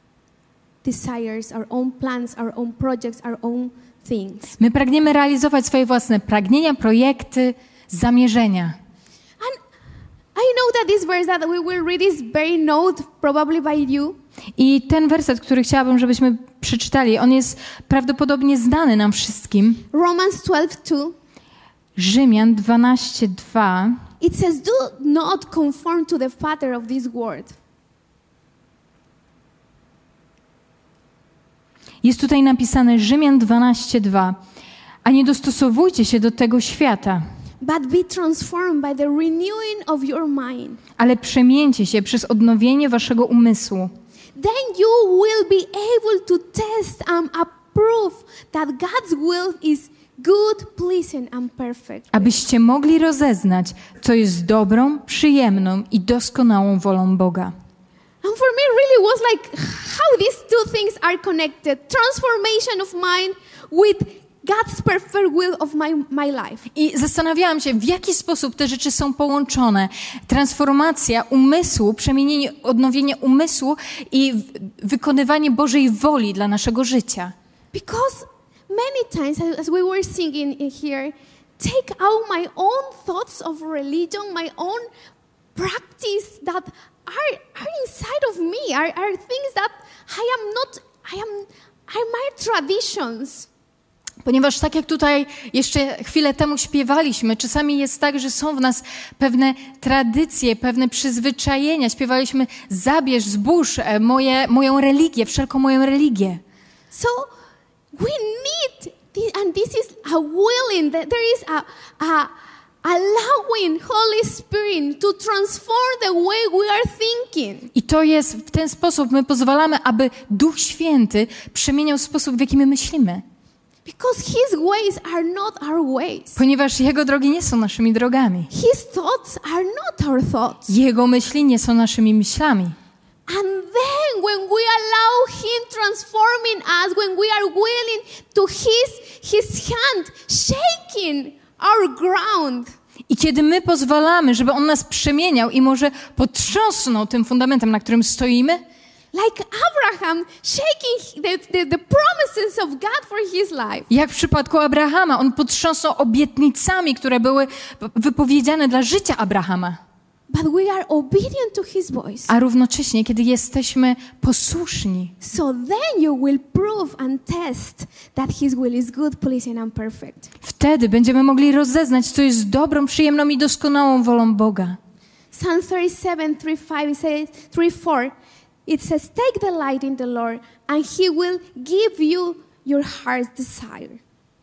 desires, our own plans, our own projects, our own things. my pragniemy realizować swoje własne pragnienia, projekty, zamierzenia. And I know that this verse that we will read is very known probably by you. I ten werset, który chciałabym, żebyśmy przeczytali, on jest prawdopodobnie znany nam wszystkim. Romans 12:2. Rzymian 12:2. It says, "Do not conform to the pattern of this world." Jest tutaj napisane Rzymian 12:2. A nie dostosowujcie się do tego świata, But be transformed by the renewing of your mind. ale przemieńcie się przez odnowienie waszego umysłu. Then you will be able to test and approve that God's will is good, pleasing and perfect. Abyście mogli rozeznać, co jest dobrą, przyjemną i doskonałą wolą Boga. And for me really was like how these two things are connected. Transformation of mind with God's perfect will of my life. I zastanawiałam się, w jaki sposób te rzeczy są połączone. Transformacja umysłu, przemienienie, odnowienie umysłu i wykonywanie Bożej woli dla naszego życia. Because many times, as we were singing in here, take out my own thoughts of religion, my own practice that are inside of me, are things that are my traditions. Ponieważ tak jak tutaj jeszcze chwilę temu śpiewaliśmy, czasami jest tak, że są w nas pewne tradycje, pewne przyzwyczajenia. Śpiewaliśmy zabierz, zbóż moją religię, wszelką moją religię. So we need, and this is a willing, that there is a allowing Holy Spirit to transform the way we are thinking. I to jest w ten sposób, my pozwalamy, aby Duch Święty przemieniał sposób, w jaki my myślimy. Because His ways are not our ways. Ponieważ Jego drogi nie są naszymi drogami. His thoughts are not our thoughts. Jego myśli nie są naszymi myślami. And then when we allow Him transforming us, when we are willing to His hand shaking our ground. I kiedy my pozwalamy, żeby On nas przemieniał i może potrząsnął tym fundamentem, na którym stoimy, like Abraham shaking the promises of God for his life. Jak w przypadku Abrahama, on potrząsnął obietnicami, które były wypowiedziane dla życia Abrahama. But we are obedient to his voice. A równocześnie, kiedy jesteśmy posłuszni, So then you will prove and test that his will is good, pleasing and perfect. wtedy będziemy mogli rozeznać, co jest dobrą, przyjemną i doskonałą wolą Boga. Psalm 37:3-5 it says 3-4. It says, "Take delight in the Lord, and He will give you your heart's desire."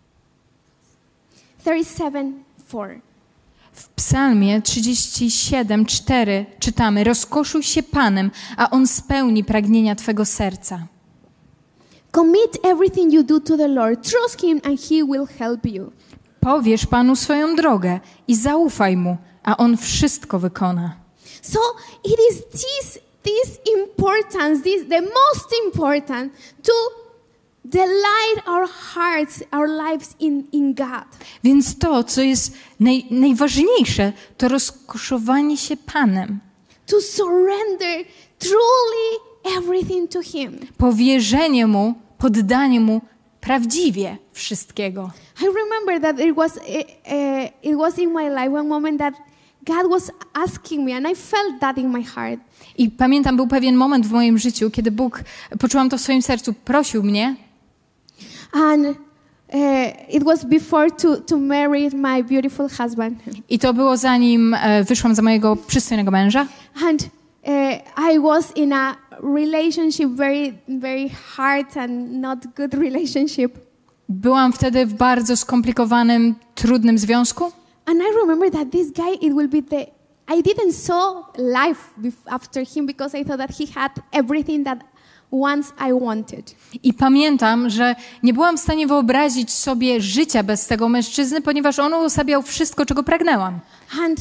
37:4. W Psalmie 37:4 czytamy: rozkoszuj się Panem, a On spełni pragnienia twego serca. Commit everything you do to the Lord. Trust Him, and He will help you. Powierz Panu swoją drogę i zaufaj Mu, a On wszystko wykona. So it is this importance, the most important, to delight our hearts, our lives in God. Więc to, co jest najważniejsze, to rozkoszowanie się Panem. To surrender truly everything to Him. Powierzenie Mu, poddanie Mu prawdziwie wszystkiego. I remember that it was in my life one moment that God was asking me, and I felt that in my heart. I pamiętam, był pewien moment w moim życiu, kiedy Bóg, poczułam to w swoim sercu, prosił mnie. And it was before to marry my beautiful husband. I to było zanim wyszłam za mojego przystojnego męża. And I was in a relationship, very hard and not good relationship. Byłam wtedy w bardzo skomplikowanym, trudnym związku. And I remember that this guy, it will be I didn't saw life after him because I thought that he had everything that once I wanted. I pamiętam, że nie byłam w stanie wyobrazić sobie życia bez tego mężczyzny, ponieważ on uosabiał wszystko, czego pragnęłam. And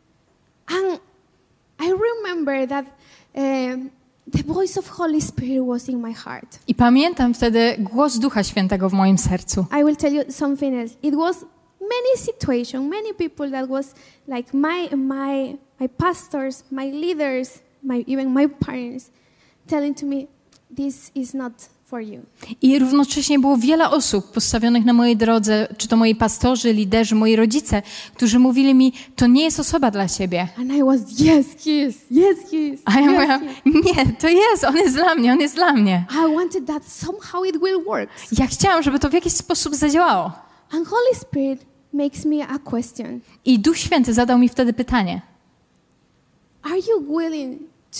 I remember that the voice of Holy Spirit was in my heart. I pamiętam wtedy głos Ducha Świętego w moim sercu. I will tell you something else. It was many situations, many people that was like my pastors, my leaders, even my parents telling to me, this is not for you. I równocześnie było wiele osób postawionych na mojej drodze, czy to moi pastorzy, liderzy, moi rodzice, którzy mówili mi, to nie jest osoba dla ciebie. And I was, yes, he is, yes, he is. A ja mówiłam, nie, to jest, on jest dla mnie, on jest dla mnie. I wanted that somehow it will work. Ja chciałam, żeby to w jakiś sposób zadziałało. And Holy Spirit makes me a question. I Duch Święty zadał mi wtedy pytanie. Are you willing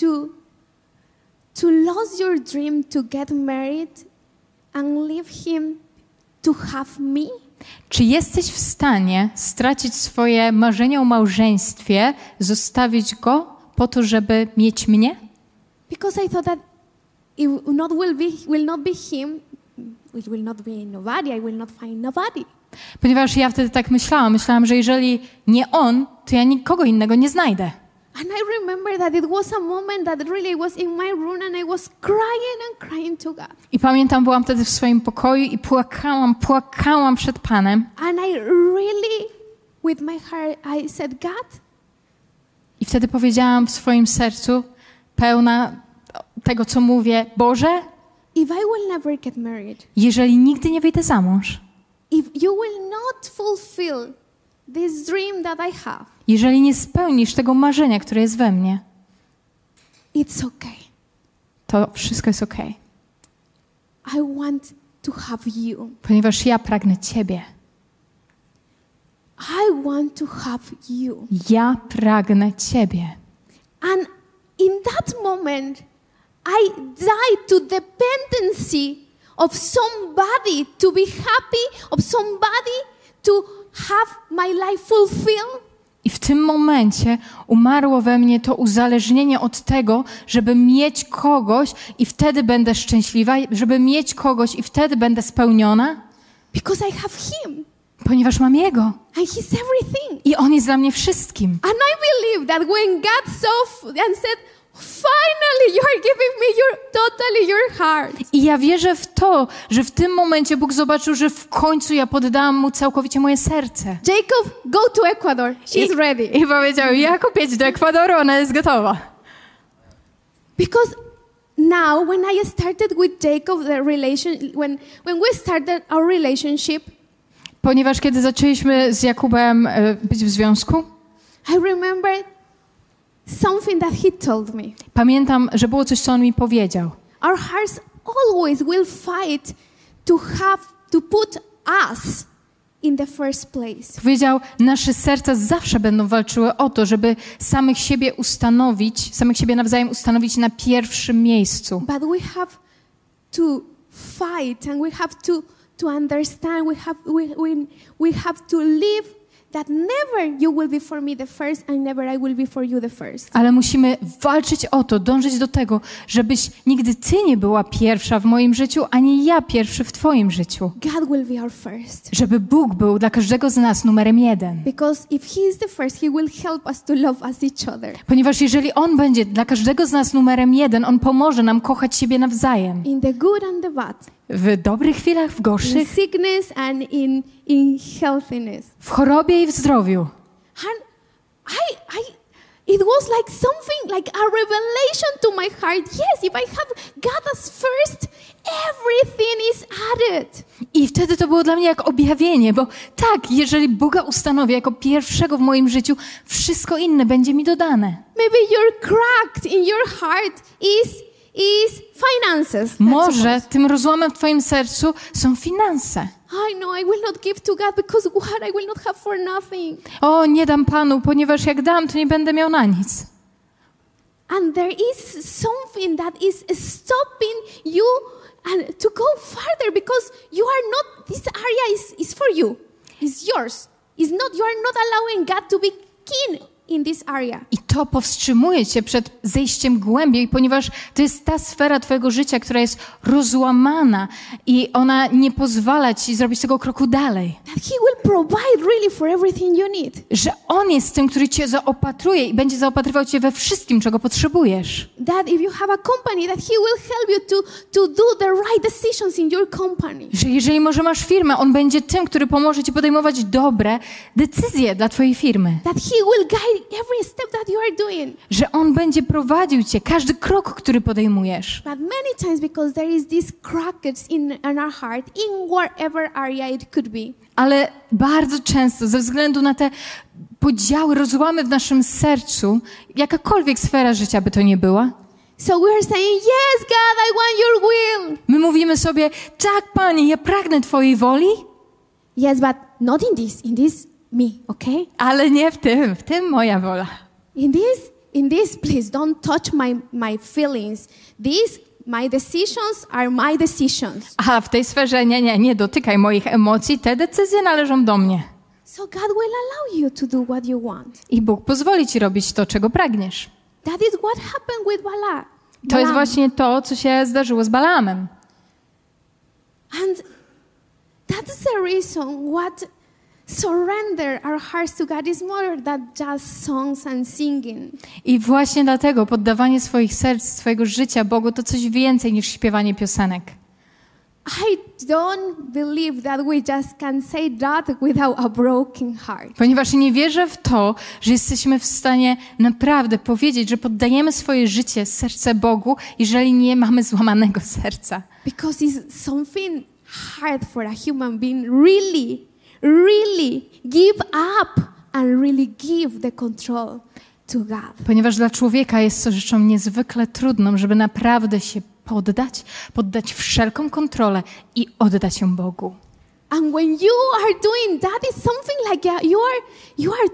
to lose your dream to get married and leave him to have me? Czy jesteś w stanie stracić swoje marzenie o małżeństwie, zostawić go po to, żeby mieć mnie? Because I thought that it will not be him, it will not be nobody, I will not find nobody. Ponieważ ja wtedy tak myślałam, że jeżeli nie on, to ja nikogo innego nie znajdę. And I remember that it was a moment that really was in my room and I was crying to God. I pamiętam, byłam wtedy w swoim pokoju i płakałam przed Panem. And I really, with my heart, I said, God. I wtedy powiedziałam w swoim sercu, pełna tego, co mówię, Boże, if I will never get married, jeżeli nigdy nie wyjdę za mąż, if you will not fulfill this dream that I have, jeżeli nie spełnisz tego marzenia, które jest we mnie, it's okay. to wszystko jest okej. I want to have you. Ponieważ ja pragnę Ciebie. I want to have you. Ja pragnę Ciebie. And in that moment, I died to dependency of somebody to be happy, of somebody to have my life fulfilled. I w tym momencie umarło we mnie to uzależnienie od tego, żeby mieć kogoś i wtedy będę szczęśliwa, żeby mieć kogoś i wtedy będę spełniona. Because I have him. Ponieważ mam Jego. And he's everything. I On jest dla mnie wszystkim. And I believe that when God saw and said, finally you are giving me totally your heart. I ja wierzę w to, że w tym momencie Bóg zobaczył, że w końcu ja poddałam Mu całkowicie moje serce. Jacob, go to Ecuador. She's ready. I powiedział, Jakub, jedź do Ekwadoru, ona jest gotowa. Because now when I started with Jacob, when we started our relationship, Ponieważ kiedy zaczęliśmy z Jakubem być w związku, I remember something that he told me. Pamiętam, że było coś, co on mi powiedział. Our hearts always will fight to put us in the first place. Powiedział, nasze serca zawsze będą walczyły o to, żeby samych siebie nawzajem ustanowić na pierwszym miejscu. But we have to fight and we have to understand, we have to live that never you will be for me the first and never I will be for you the first. Ale musimy walczyć o to, dążyć do tego, żebyś nigdy ty nie była pierwsza w moim życiu, ani ja pierwszy w twoim życiu. God will be our first. Żeby Bóg był dla każdego z nas numerem 1. Because if He is the first, He will help us to love us each other. Ponieważ jeżeli On będzie dla każdego z nas numerem 1, On pomoże nam kochać siebie nawzajem. In the good and the bad. W dobrych chwilach, w In gorszych, sickness and in healthiness. w chorobie i w zdrowiu. And it was like something, like a revelation to my heart. Yes, if I have God as first, everything is added. I wtedy to było dla mnie jak objawienie, bo tak, jeżeli Boga ustanowię jako pierwszego w moim życiu, wszystko inne będzie mi dodane. Maybe you're cracked in your heart is finances. That's Może all. tym rozłamem w twoim sercu są finanse. I know I will not give to God because what I will not have for nothing. O, nie dam Panu, ponieważ jak dam, to nie będę miał na nic. And there is something that is stopping you and to go further because you are not, this area is for you. It's yours. You are not allowing God to be king in this area. I to powstrzymuje cię przed zejściem głębiej, ponieważ to jest ta sfera twojego życia, która jest rozłamana i ona nie pozwala ci zrobić tego kroku dalej. That He will provide really for everything you need. Że On jest tym, który cię zaopatruje i będzie zaopatrywał cię we wszystkim, czego potrzebujesz. That if you have a company, that He will help you to do the right decisions in your company. Że jeżeli może masz firmę, On będzie tym, który pomoże ci podejmować dobre decyzje dla twojej firmy. That He will guide every step that you are doing. Że On będzie prowadził cię, każdy krok, który podejmujesz. But many times because there is this crackage in our heart, in whatever area it could be. Ale bardzo często ze względu na te podziały, rozłamy w naszym sercu, jakakolwiek sfera życia by to nie była, So we are saying, yes, God, I want your will. my mówimy sobie, tak Panie, ja pragnę Twojej woli, Yes, but not in this me, okay? ale nie w tym moja wola. In this, please don't touch my feelings. My decisions are my decisions. A w tej sferze nie dotykaj moich emocji, te decyzje należą do mnie. So God will allow you to do what you want. I Bóg pozwoli ci robić to, czego pragniesz. That is what happened with Balaam. To jest właśnie to, co się zdarzyło z Balaamem. And that's the reason what surrender our hearts to God is more than just songs and singing. I właśnie dlatego poddawanie swoich serc, swojego życia Bogu to coś więcej niż śpiewanie piosenek. I don't believe that we just can say that without a broken heart. Ponieważ nie wierzę w to, że jesteśmy w stanie naprawdę powiedzieć, że poddajemy swoje życie, serce Bogu, jeżeli nie mamy złamanego serca. Because it's something hard for a human being really give up and really give the control to God. Ponieważ dla człowieka jest to rzeczą niezwykle trudną, żeby naprawdę się poddać wszelką kontrolę i oddać ją Bogu. And when you are doing that, it's something like you are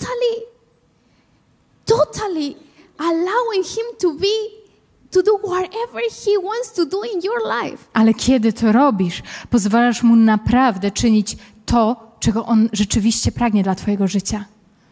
totally allowing Him to do whatever He wants to do in your life. Ale kiedy to robisz, pozwalasz Mu naprawdę czynić to, czego On rzeczywiście pragnie dla twojego życia.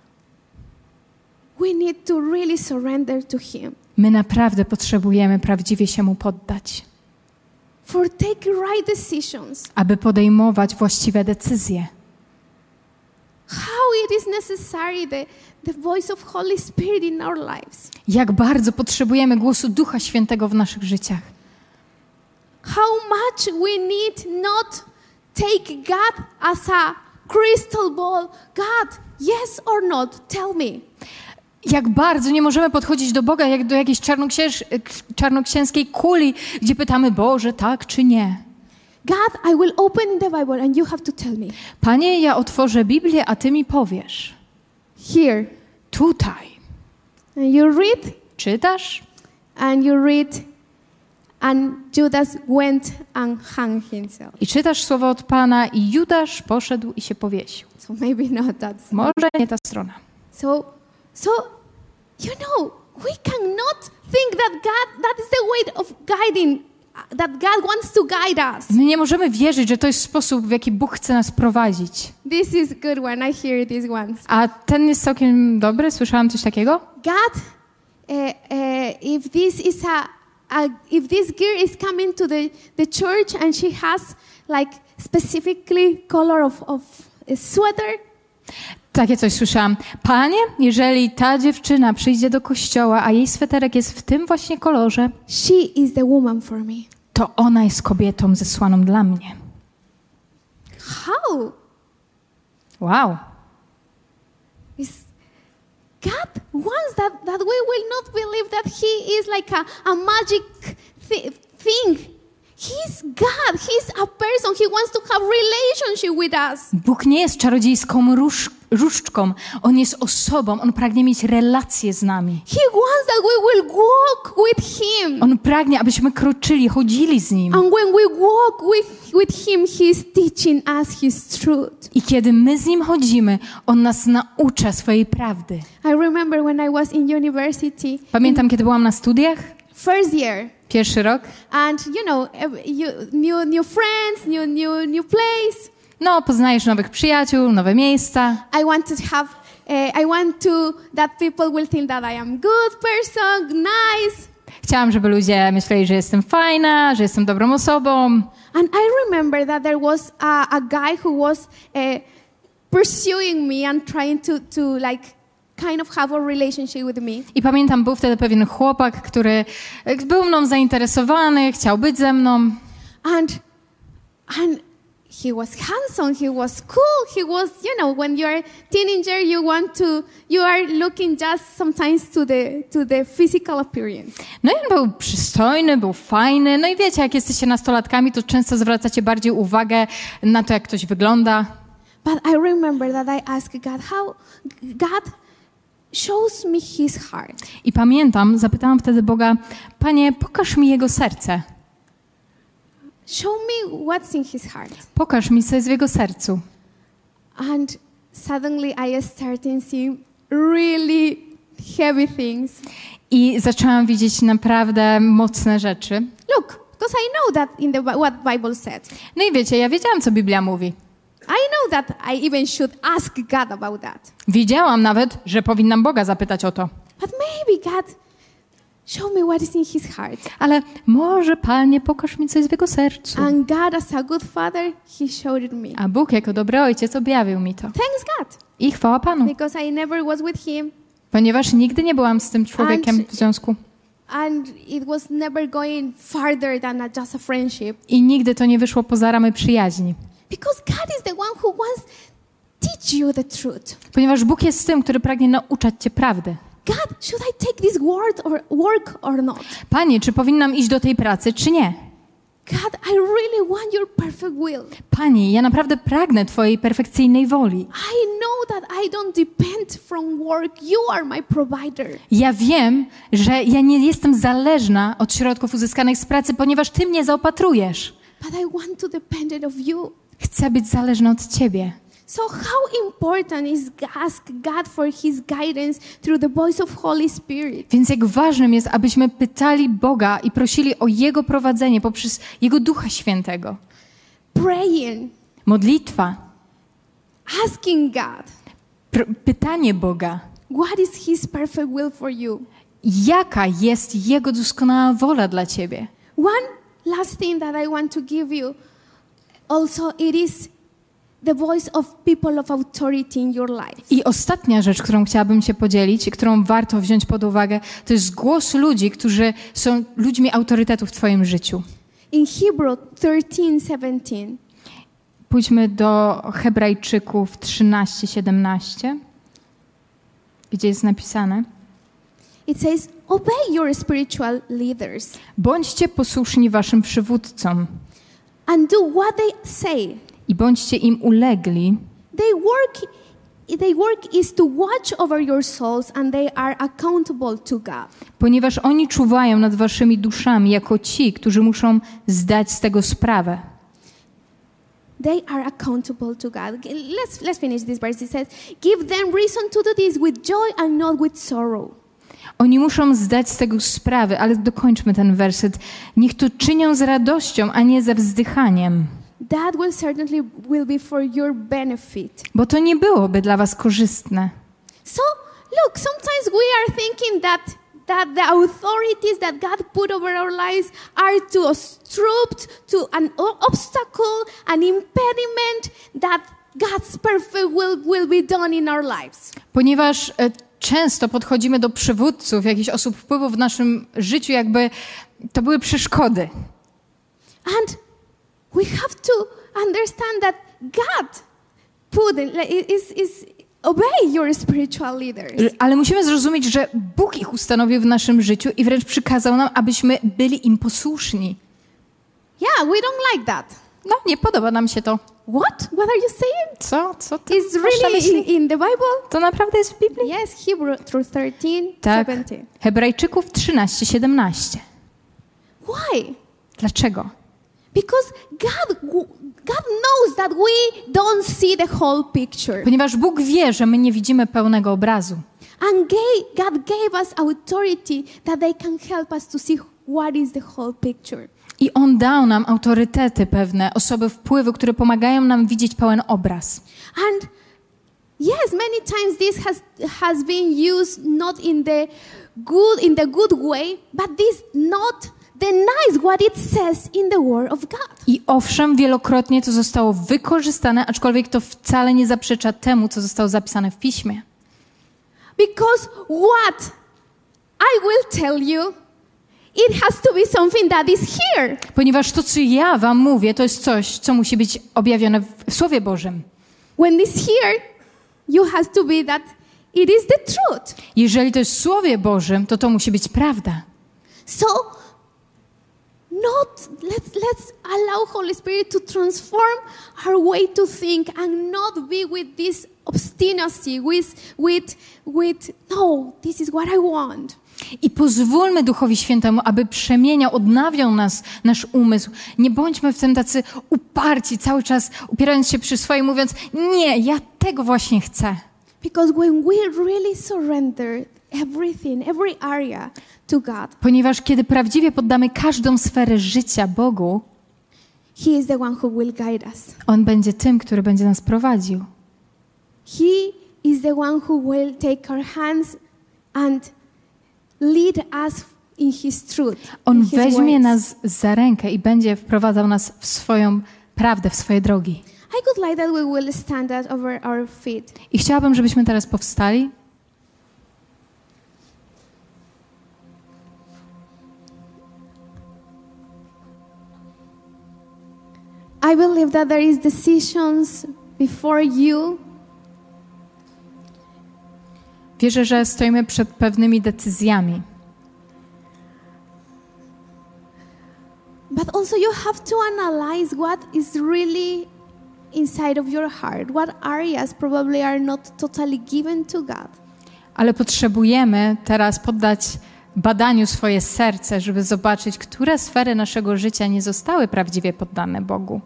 We need to really surrender to Him. My naprawdę potrzebujemy prawdziwie się Mu poddać, For take right decisions. aby podejmować właściwe decyzje. How it is necessary the voice of Holy Spirit in our lives. Jak bardzo potrzebujemy głosu Ducha Świętego w naszych życiach. How much we need not take God as a crystal ball. God, yes or not, tell me. Jak bardzo nie możemy podchodzić do Boga jak do jakiejś czarnoksięskiej kuli, gdzie pytamy, Boże, tak czy nie. God, I will open in the Bible and you have to tell me. Panie, ja otworzę Biblię, a Ty mi powiesz. Here. Tutaj. And you read Czytasz? and you read And Judas went and hung himself. I czytasz słowo od Pana i Judasz poszedł i się powiesił. So maybe not that. Może nie ta strona. So you know, we cannot think that is the way of guiding, that God wants to guide us. My nie możemy wierzyć, że to jest sposób, w jaki Bóg chce nas prowadzić. This is good one. I hear this once. A ten jest całkiem dobry? Słyszałam coś takiego? God, if this girl is coming to the church and she has like specifically color of a sweater, Takie coś słyszałam. Panie, jeżeli ta dziewczyna przyjdzie do kościoła, a jej sweterek jest w tym właśnie kolorze, she is the woman for me. to ona jest kobietą zesłaną dla mnie. How? Wow. God wants that we will not believe that He is like a magic thing. He's God. He's a person. He wants to have relationship with us. Bóg nie jest czarodziejską różdżką. On jest osobą. On pragnie mieć relacje z nami. He wants that we will walk with Him. On pragnie, abyśmy kroczyli, chodzili z Nim. And when we walk with Him, He is teaching us His truth. I kiedy my z Nim chodzimy, On nas naucza swojej prawdy. I remember when I was in university. Pamiętam, kiedy byłam na studiach. First year. Pierwszy rok. And you know, new friends, new place. No, poznajesz nowych przyjaciół, nowe miejsca. I want to that people will think that I am good person, nice. Chciałam, żeby ludzie myśleli, że jestem fajna, że jestem dobrą osobą. And I remember that there was a guy who was pursuing me and trying to like kind of have a relationship with me. I pamiętam, był wtedy pewien chłopak, który był mną zainteresowany, chciał być ze mną. And he was handsome, he was cool, he was, you know, when you're a teenager, you are looking just sometimes to the physical appearance. No i on był przystojny, był fajny. No i wiecie, jak jesteście nastolatkami, to często zwracacie bardziej uwagę na to, jak ktoś wygląda. But I remember that I asked God, how God shows me his heart. I pamiętam, zapytałam wtedy Boga, Panie, pokaż mi jego serce. Show me what's in his heart. Pokaż mi, co jest w jego sercu. And suddenly I started seeing really heavy things. I zaczęłam widzieć naprawdę mocne rzeczy. Look, because I know that in what Bible said. No i wiecie, ja wiedziałam, co Biblia mówi. I know that I even should ask God about that. Wiedziałam nawet, że powinnam Boga zapytać o to. But maybe God, show me what is in his heart. Ale może, Panie, pokaż mi, co jest w jego sercu. And God, as a good father, he showed it me. A Bóg, jako dobry ojciec, objawił mi to. Thanks God. I chwała Panu. Because I never was with him. Ponieważ nigdy nie byłam z tym człowiekiem w związku. And it was never going farther than just a friendship. I nigdy to nie wyszło poza ramy przyjaźni. Because God is the one who wants to teach you the truth. Ponieważ Bóg jest tym, który pragnie nauczać cię prawdy. God, should I take this work or not? Panie, czy powinnam iść do tej pracy, czy nie? God, I really want your perfect will. Panie, ja naprawdę pragnę Twojej perfekcyjnej woli. I know that I don't depend from work. You are my provider. Ja wiem, że ja nie jestem zależna od środków uzyskanych z pracy, ponieważ Ty mnie zaopatrujesz. But I want to depend on you. Chcę być zależna od Ciebie. So how important is ask God for his guidance through the voice of Holy Spirit? Więc jak ważnym jest, abyśmy pytali Boga i prosili o Jego prowadzenie poprzez Jego Ducha Świętego. Praying. Modlitwa. Asking God. Pytanie Boga. What is his perfect will for you? Jaka jest Jego doskonała wola dla Ciebie? One last thing that I want to give you. Also, it is the voice of people of authority in your life. I ostatnia rzecz, którą chciałabym Cię podzielić, którą warto wziąć pod uwagę, to jest głos ludzi, którzy są ludźmi autorytetu w Twoim życiu. In Hebrew 13:17. Pójdźmy do Hebrajczyków 13:17, gdzie jest napisane: It says, obey your spiritual leaders. Bądźcie posłuszni waszym przywódcom. And do what they say. I bądźcie im ulegli. They work their work is to watch over your souls and they are accountable to God. Ponieważ oni czuwają nad waszymi duszami jako ci, którzy muszą zdać z tego sprawę. They are accountable to God. Let's finish this verse. It says, give them reason to do this with joy and not with sorrow. Oni muszą zdać z tego sprawę, ale dokończmy ten werset. Niech to czynią z radością, a nie ze wzdychaniem. That will certainly be for your benefit. Bo to nie byłoby dla was korzystne. So, look, sometimes we are thinking that the authorities that God put over our lives are to obstruct, to an obstacle, an impediment that God's perfect will be done in our lives. Ponieważ często podchodzimy do przywódców, jakichś osób wpływu w naszym życiu, jakby to były przeszkody. And we have to understand that God put is obey your spiritual leaders. Ale musimy zrozumieć, że Bóg ich ustanowił w naszym życiu i wręcz przykazał nam, abyśmy byli im posłuszni. Yeah, we don't like that. No, nie podoba nam się to. What? What are you saying? Co ty It's masz na myśli? really in the Bible? To naprawdę jest w Biblii? Yes, Hebrews 13, Tak. 17. Hebrajczyków 13:17. Why? Dlaczego? Because God knows that we don't see the whole picture. Ponieważ Bóg wie, że my nie widzimy pełnego obrazu. And God gave us authority that they can help us to see what is the whole picture. I On dał nam autorytety pewne, osoby wpływu, które pomagają nam widzieć pełen obraz. And yes, many times this has been used not in the good way, but this not denies what it says in the word of God. I owszem, wielokrotnie to zostało wykorzystane, aczkolwiek to wcale nie zaprzecza temu, co zostało zapisane w Piśmie. Because what I will tell you, it has to be something that is here. Ponieważ to, co ja wam mówię, to jest coś, co musi być objawione w Słowie Bożym. When it's here, you has to be that it is the truth. Jeżeli to jest w Słowie Bożym, to musi być prawda. So, let's allow Holy Spirit to transform our way to think and not be with this obstinacy, with no, this is what I want. I pozwólmy Duchowi Świętemu, aby przemieniał, odnawiał nasz umysł. Nie bądźmy w tym tacy uparci, cały czas upierając się przy swoim, mówiąc, nie, ja tego właśnie chcę. Because when we really surrender everything, every area to God, Ponieważ kiedy prawdziwie poddamy każdą sferę życia Bogu, He is the one who will guide us. On będzie tym, który będzie nas prowadził. He is the one who will take our hands and lead us in His truth. On in His weźmie ways. nas za rękę i będzie wprowadzał nas w swoją prawdę, w swoje drogi. I would like that we will stand up over our feet. I chciałabym, żebyśmy teraz powstali. I believe that there is decisions before you Wierzę, że stoimy przed pewnymi decyzjami. but also you have to analyze what is really inside of your heart. What areas probably are not totally given to God. Ale potrzebujemy teraz poddać badaniu swoje serce, żeby zobaczyć, które sfery naszego życia nie zostały prawdziwie poddane Bogu.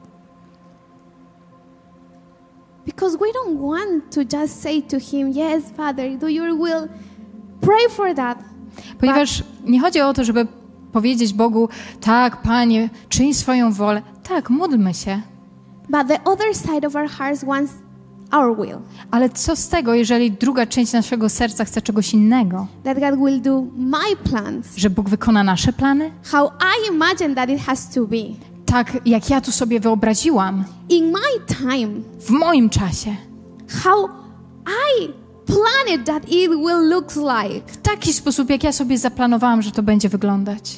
Because we don't want to just say to Him, yes, Father, do your will. Pray for that. Ponieważ nie chodzi o to, żeby powiedzieć Bogu, tak, Panie, czyń swoją wolę. Tak, módlmy się. But the other side of our hearts wants our will. Ale co z tego, jeżeli druga część naszego serca chce czegoś innego? That God will do my plans. Że Bóg wykona nasze plany? How I imagine that it has to be. Tak, jak ja tu sobie wyobraziłam. In my time. W moim czasie. How I plan it that it will look like. W taki sposób, jak ja sobie zaplanowałam, że to będzie wyglądać.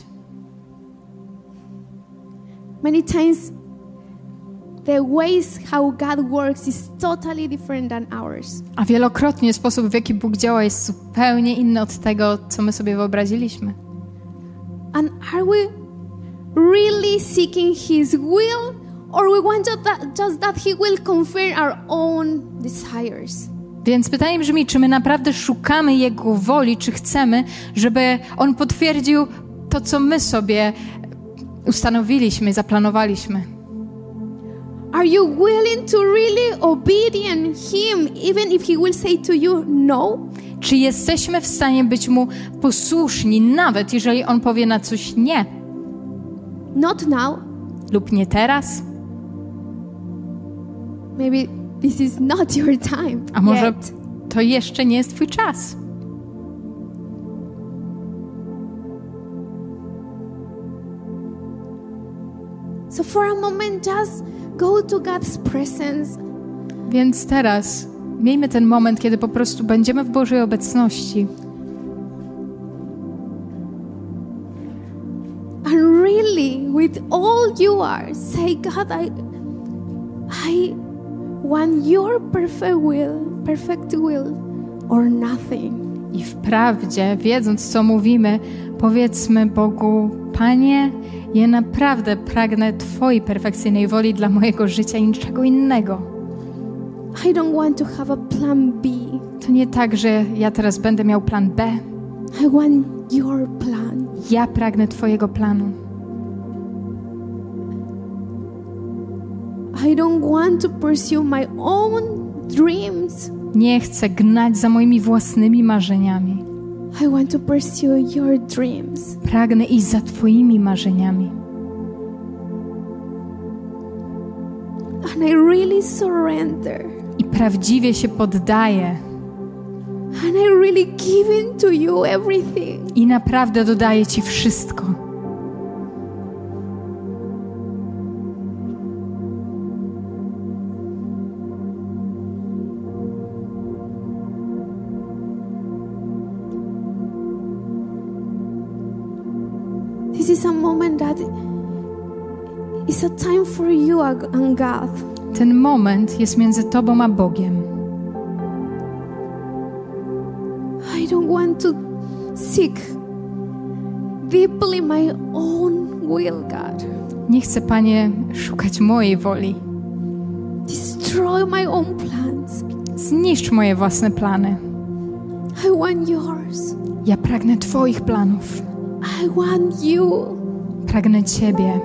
Many times the ways how God works is totally different than ours. A wielokrotnie sposób, w jaki Bóg działa, jest zupełnie inny od tego, co my sobie wyobraziliśmy. And are we really seeking His will, or we want just that He will confirm our own desires? Więc pytanie brzmi, czy my naprawdę szukamy Jego woli, czy chcemy, żeby On potwierdził to, co my sobie ustanowiliśmy, zaplanowaliśmy. Are you willing to really obedient Him, even if He will say to you no? Czy jesteśmy w stanie być Mu posłuszni, nawet jeżeli On powie na coś nie? Not now. Lub nie teraz? Maybe this is not your time. A może yet. to jeszcze nie jest Twój czas? So for a moment, just go to God's presence. Więc teraz miejmy ten moment, kiedy po prostu będziemy w Bożej obecności. And really, with all you are, say, God, I want your perfect will, or nothing. I wprawdzie, wiedząc, co mówimy, powiedzmy Bogu, Panie, ja naprawdę pragnę Twojej perfekcyjnej woli dla mojego życia i niczego innego. I don't want to have a plan B. To nie tak, że ja teraz będę miał plan B. I want your plan. Ja pragnę Twojego planu. I don't want to pursue my own dreams. Nie chcę gnać za moimi własnymi marzeniami. I want to pursue your dreams. Pragnę iść za Twoimi marzeniami. And I really surrender. I prawdziwie się poddaję. And I really give in to you everything. I naprawdę dodaję Ci wszystko. This is a moment that is a time for you and God. Ten moment jest między Tobą a Bogiem. I don't want to seek deeply my own will, God. Nie chcę, Panie, szukać mojej woli. Destroy my own plans. Zniszcz moje własne plany. I want yours. Ja pragnę Twoich planów. I want you. Pragnę Ciebie.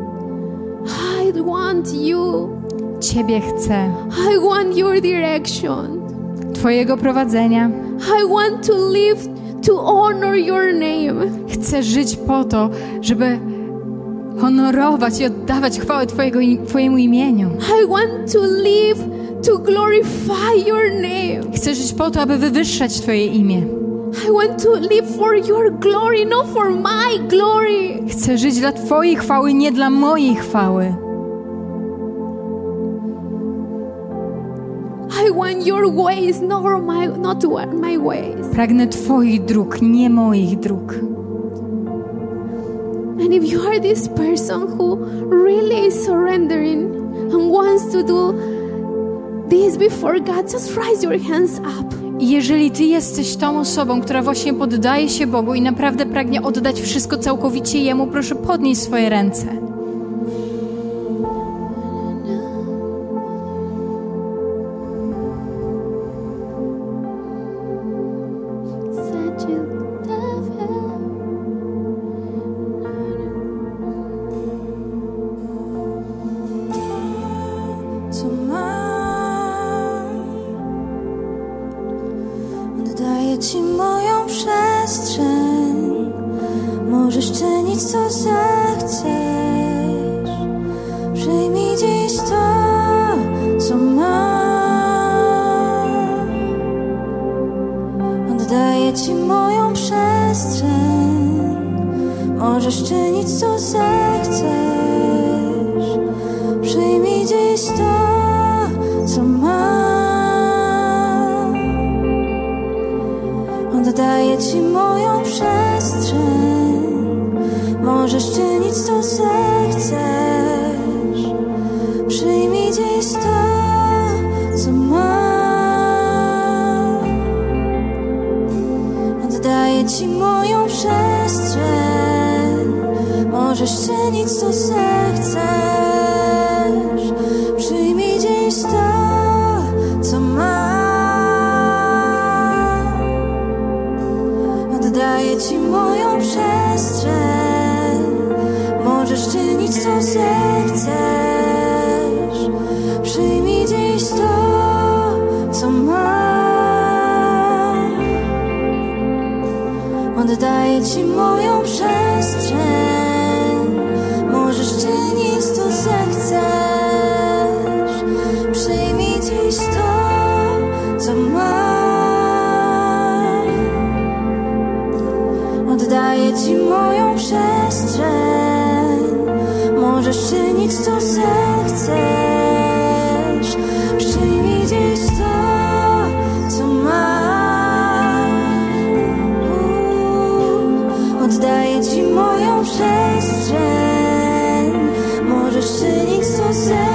I want you. Ciebie chcę. I want your direction. Twojego prowadzenia. I want to live to honor your name. Chcę żyć po to, żeby honorować i oddawać chwałę Twojemu imieniu. I want to live to glorify your name. Chcę żyć po to, aby wywyższać Twoje imię. I want to live for your glory, not for my glory. Chcę żyć dla Twojej chwały, nie dla mojej chwały. I want your ways, not my ways. Pragnę Twoich dróg, nie moich dróg. And if you are this person who really is surrendering and wants to do this before God, just raise your hands up. I jeżeli Ty jesteś tą osobą, która właśnie poddaje się Bogu i naprawdę pragnie oddać wszystko całkowicie Jemu, proszę podnieść swoje ręce. Oddaję Ci moją przestrzeń. Możesz czynić, co zechcesz. Przyjmij dziś to, co mam. Oddaję Ci moją przestrzeń. Możesz czynić, co zechcesz. Przyjmij dziś to, co mam. Oddaję Ci moją przestrzeń. Możesz czynić, co zechcesz. Przyjmij dziś to, co mam. Oddaję Ci moją przestrzeń. Możesz czynić, co zechcesz. Przyjmij dziś to, co mam. Oddaję Ci moją przestrzeń. Możesz czynić co zechcesz. Przyjmij dziś to, co mam. Oddaję Ci moją przestrzeń. Możesz czynić co zechcesz. Przyjmij dziś to, co mam. Oddaję Ci moją przestrzeń. Możesz czynić co zechcesz. Przyjmij dziś to, co mam. Oddaję Ci moją przestrzeń. Możesz czynić co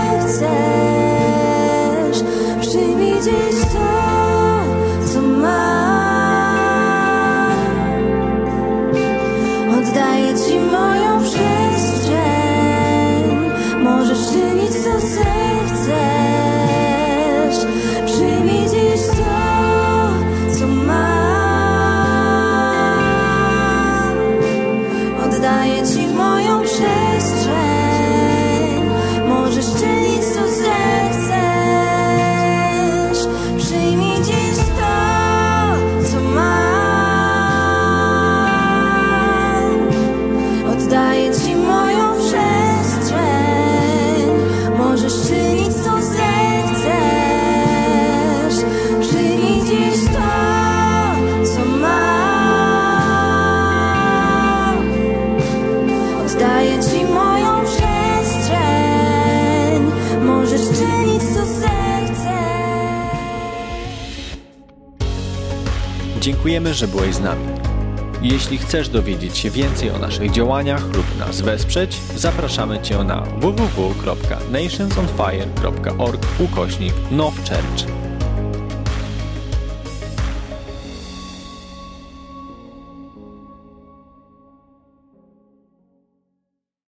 zechcesz. Przyjmij dziś to, co mam. Oddaję Ci moją przestrzeń. Możesz czynić co zechcesz. Przyjmij dziś to, co mam. Oddaję Ci moją przestrzeń. Możesz czynić co zechcesz. Przyjmij dziś to, co mam. Oddaję Ci moją przestrzeń. Możesz czynić co zechcesz. Przyjmij dziś to, co mam. Oddaję Ci moją przestrzeń. Możesz czynić co zechcesz. Dziękujemy, że byłeś z nami. Jeśli chcesz dowiedzieć się więcej o naszych działaniach lub nas wesprzeć, zapraszamy Cię na www.nationsonfire.org/NowChurch.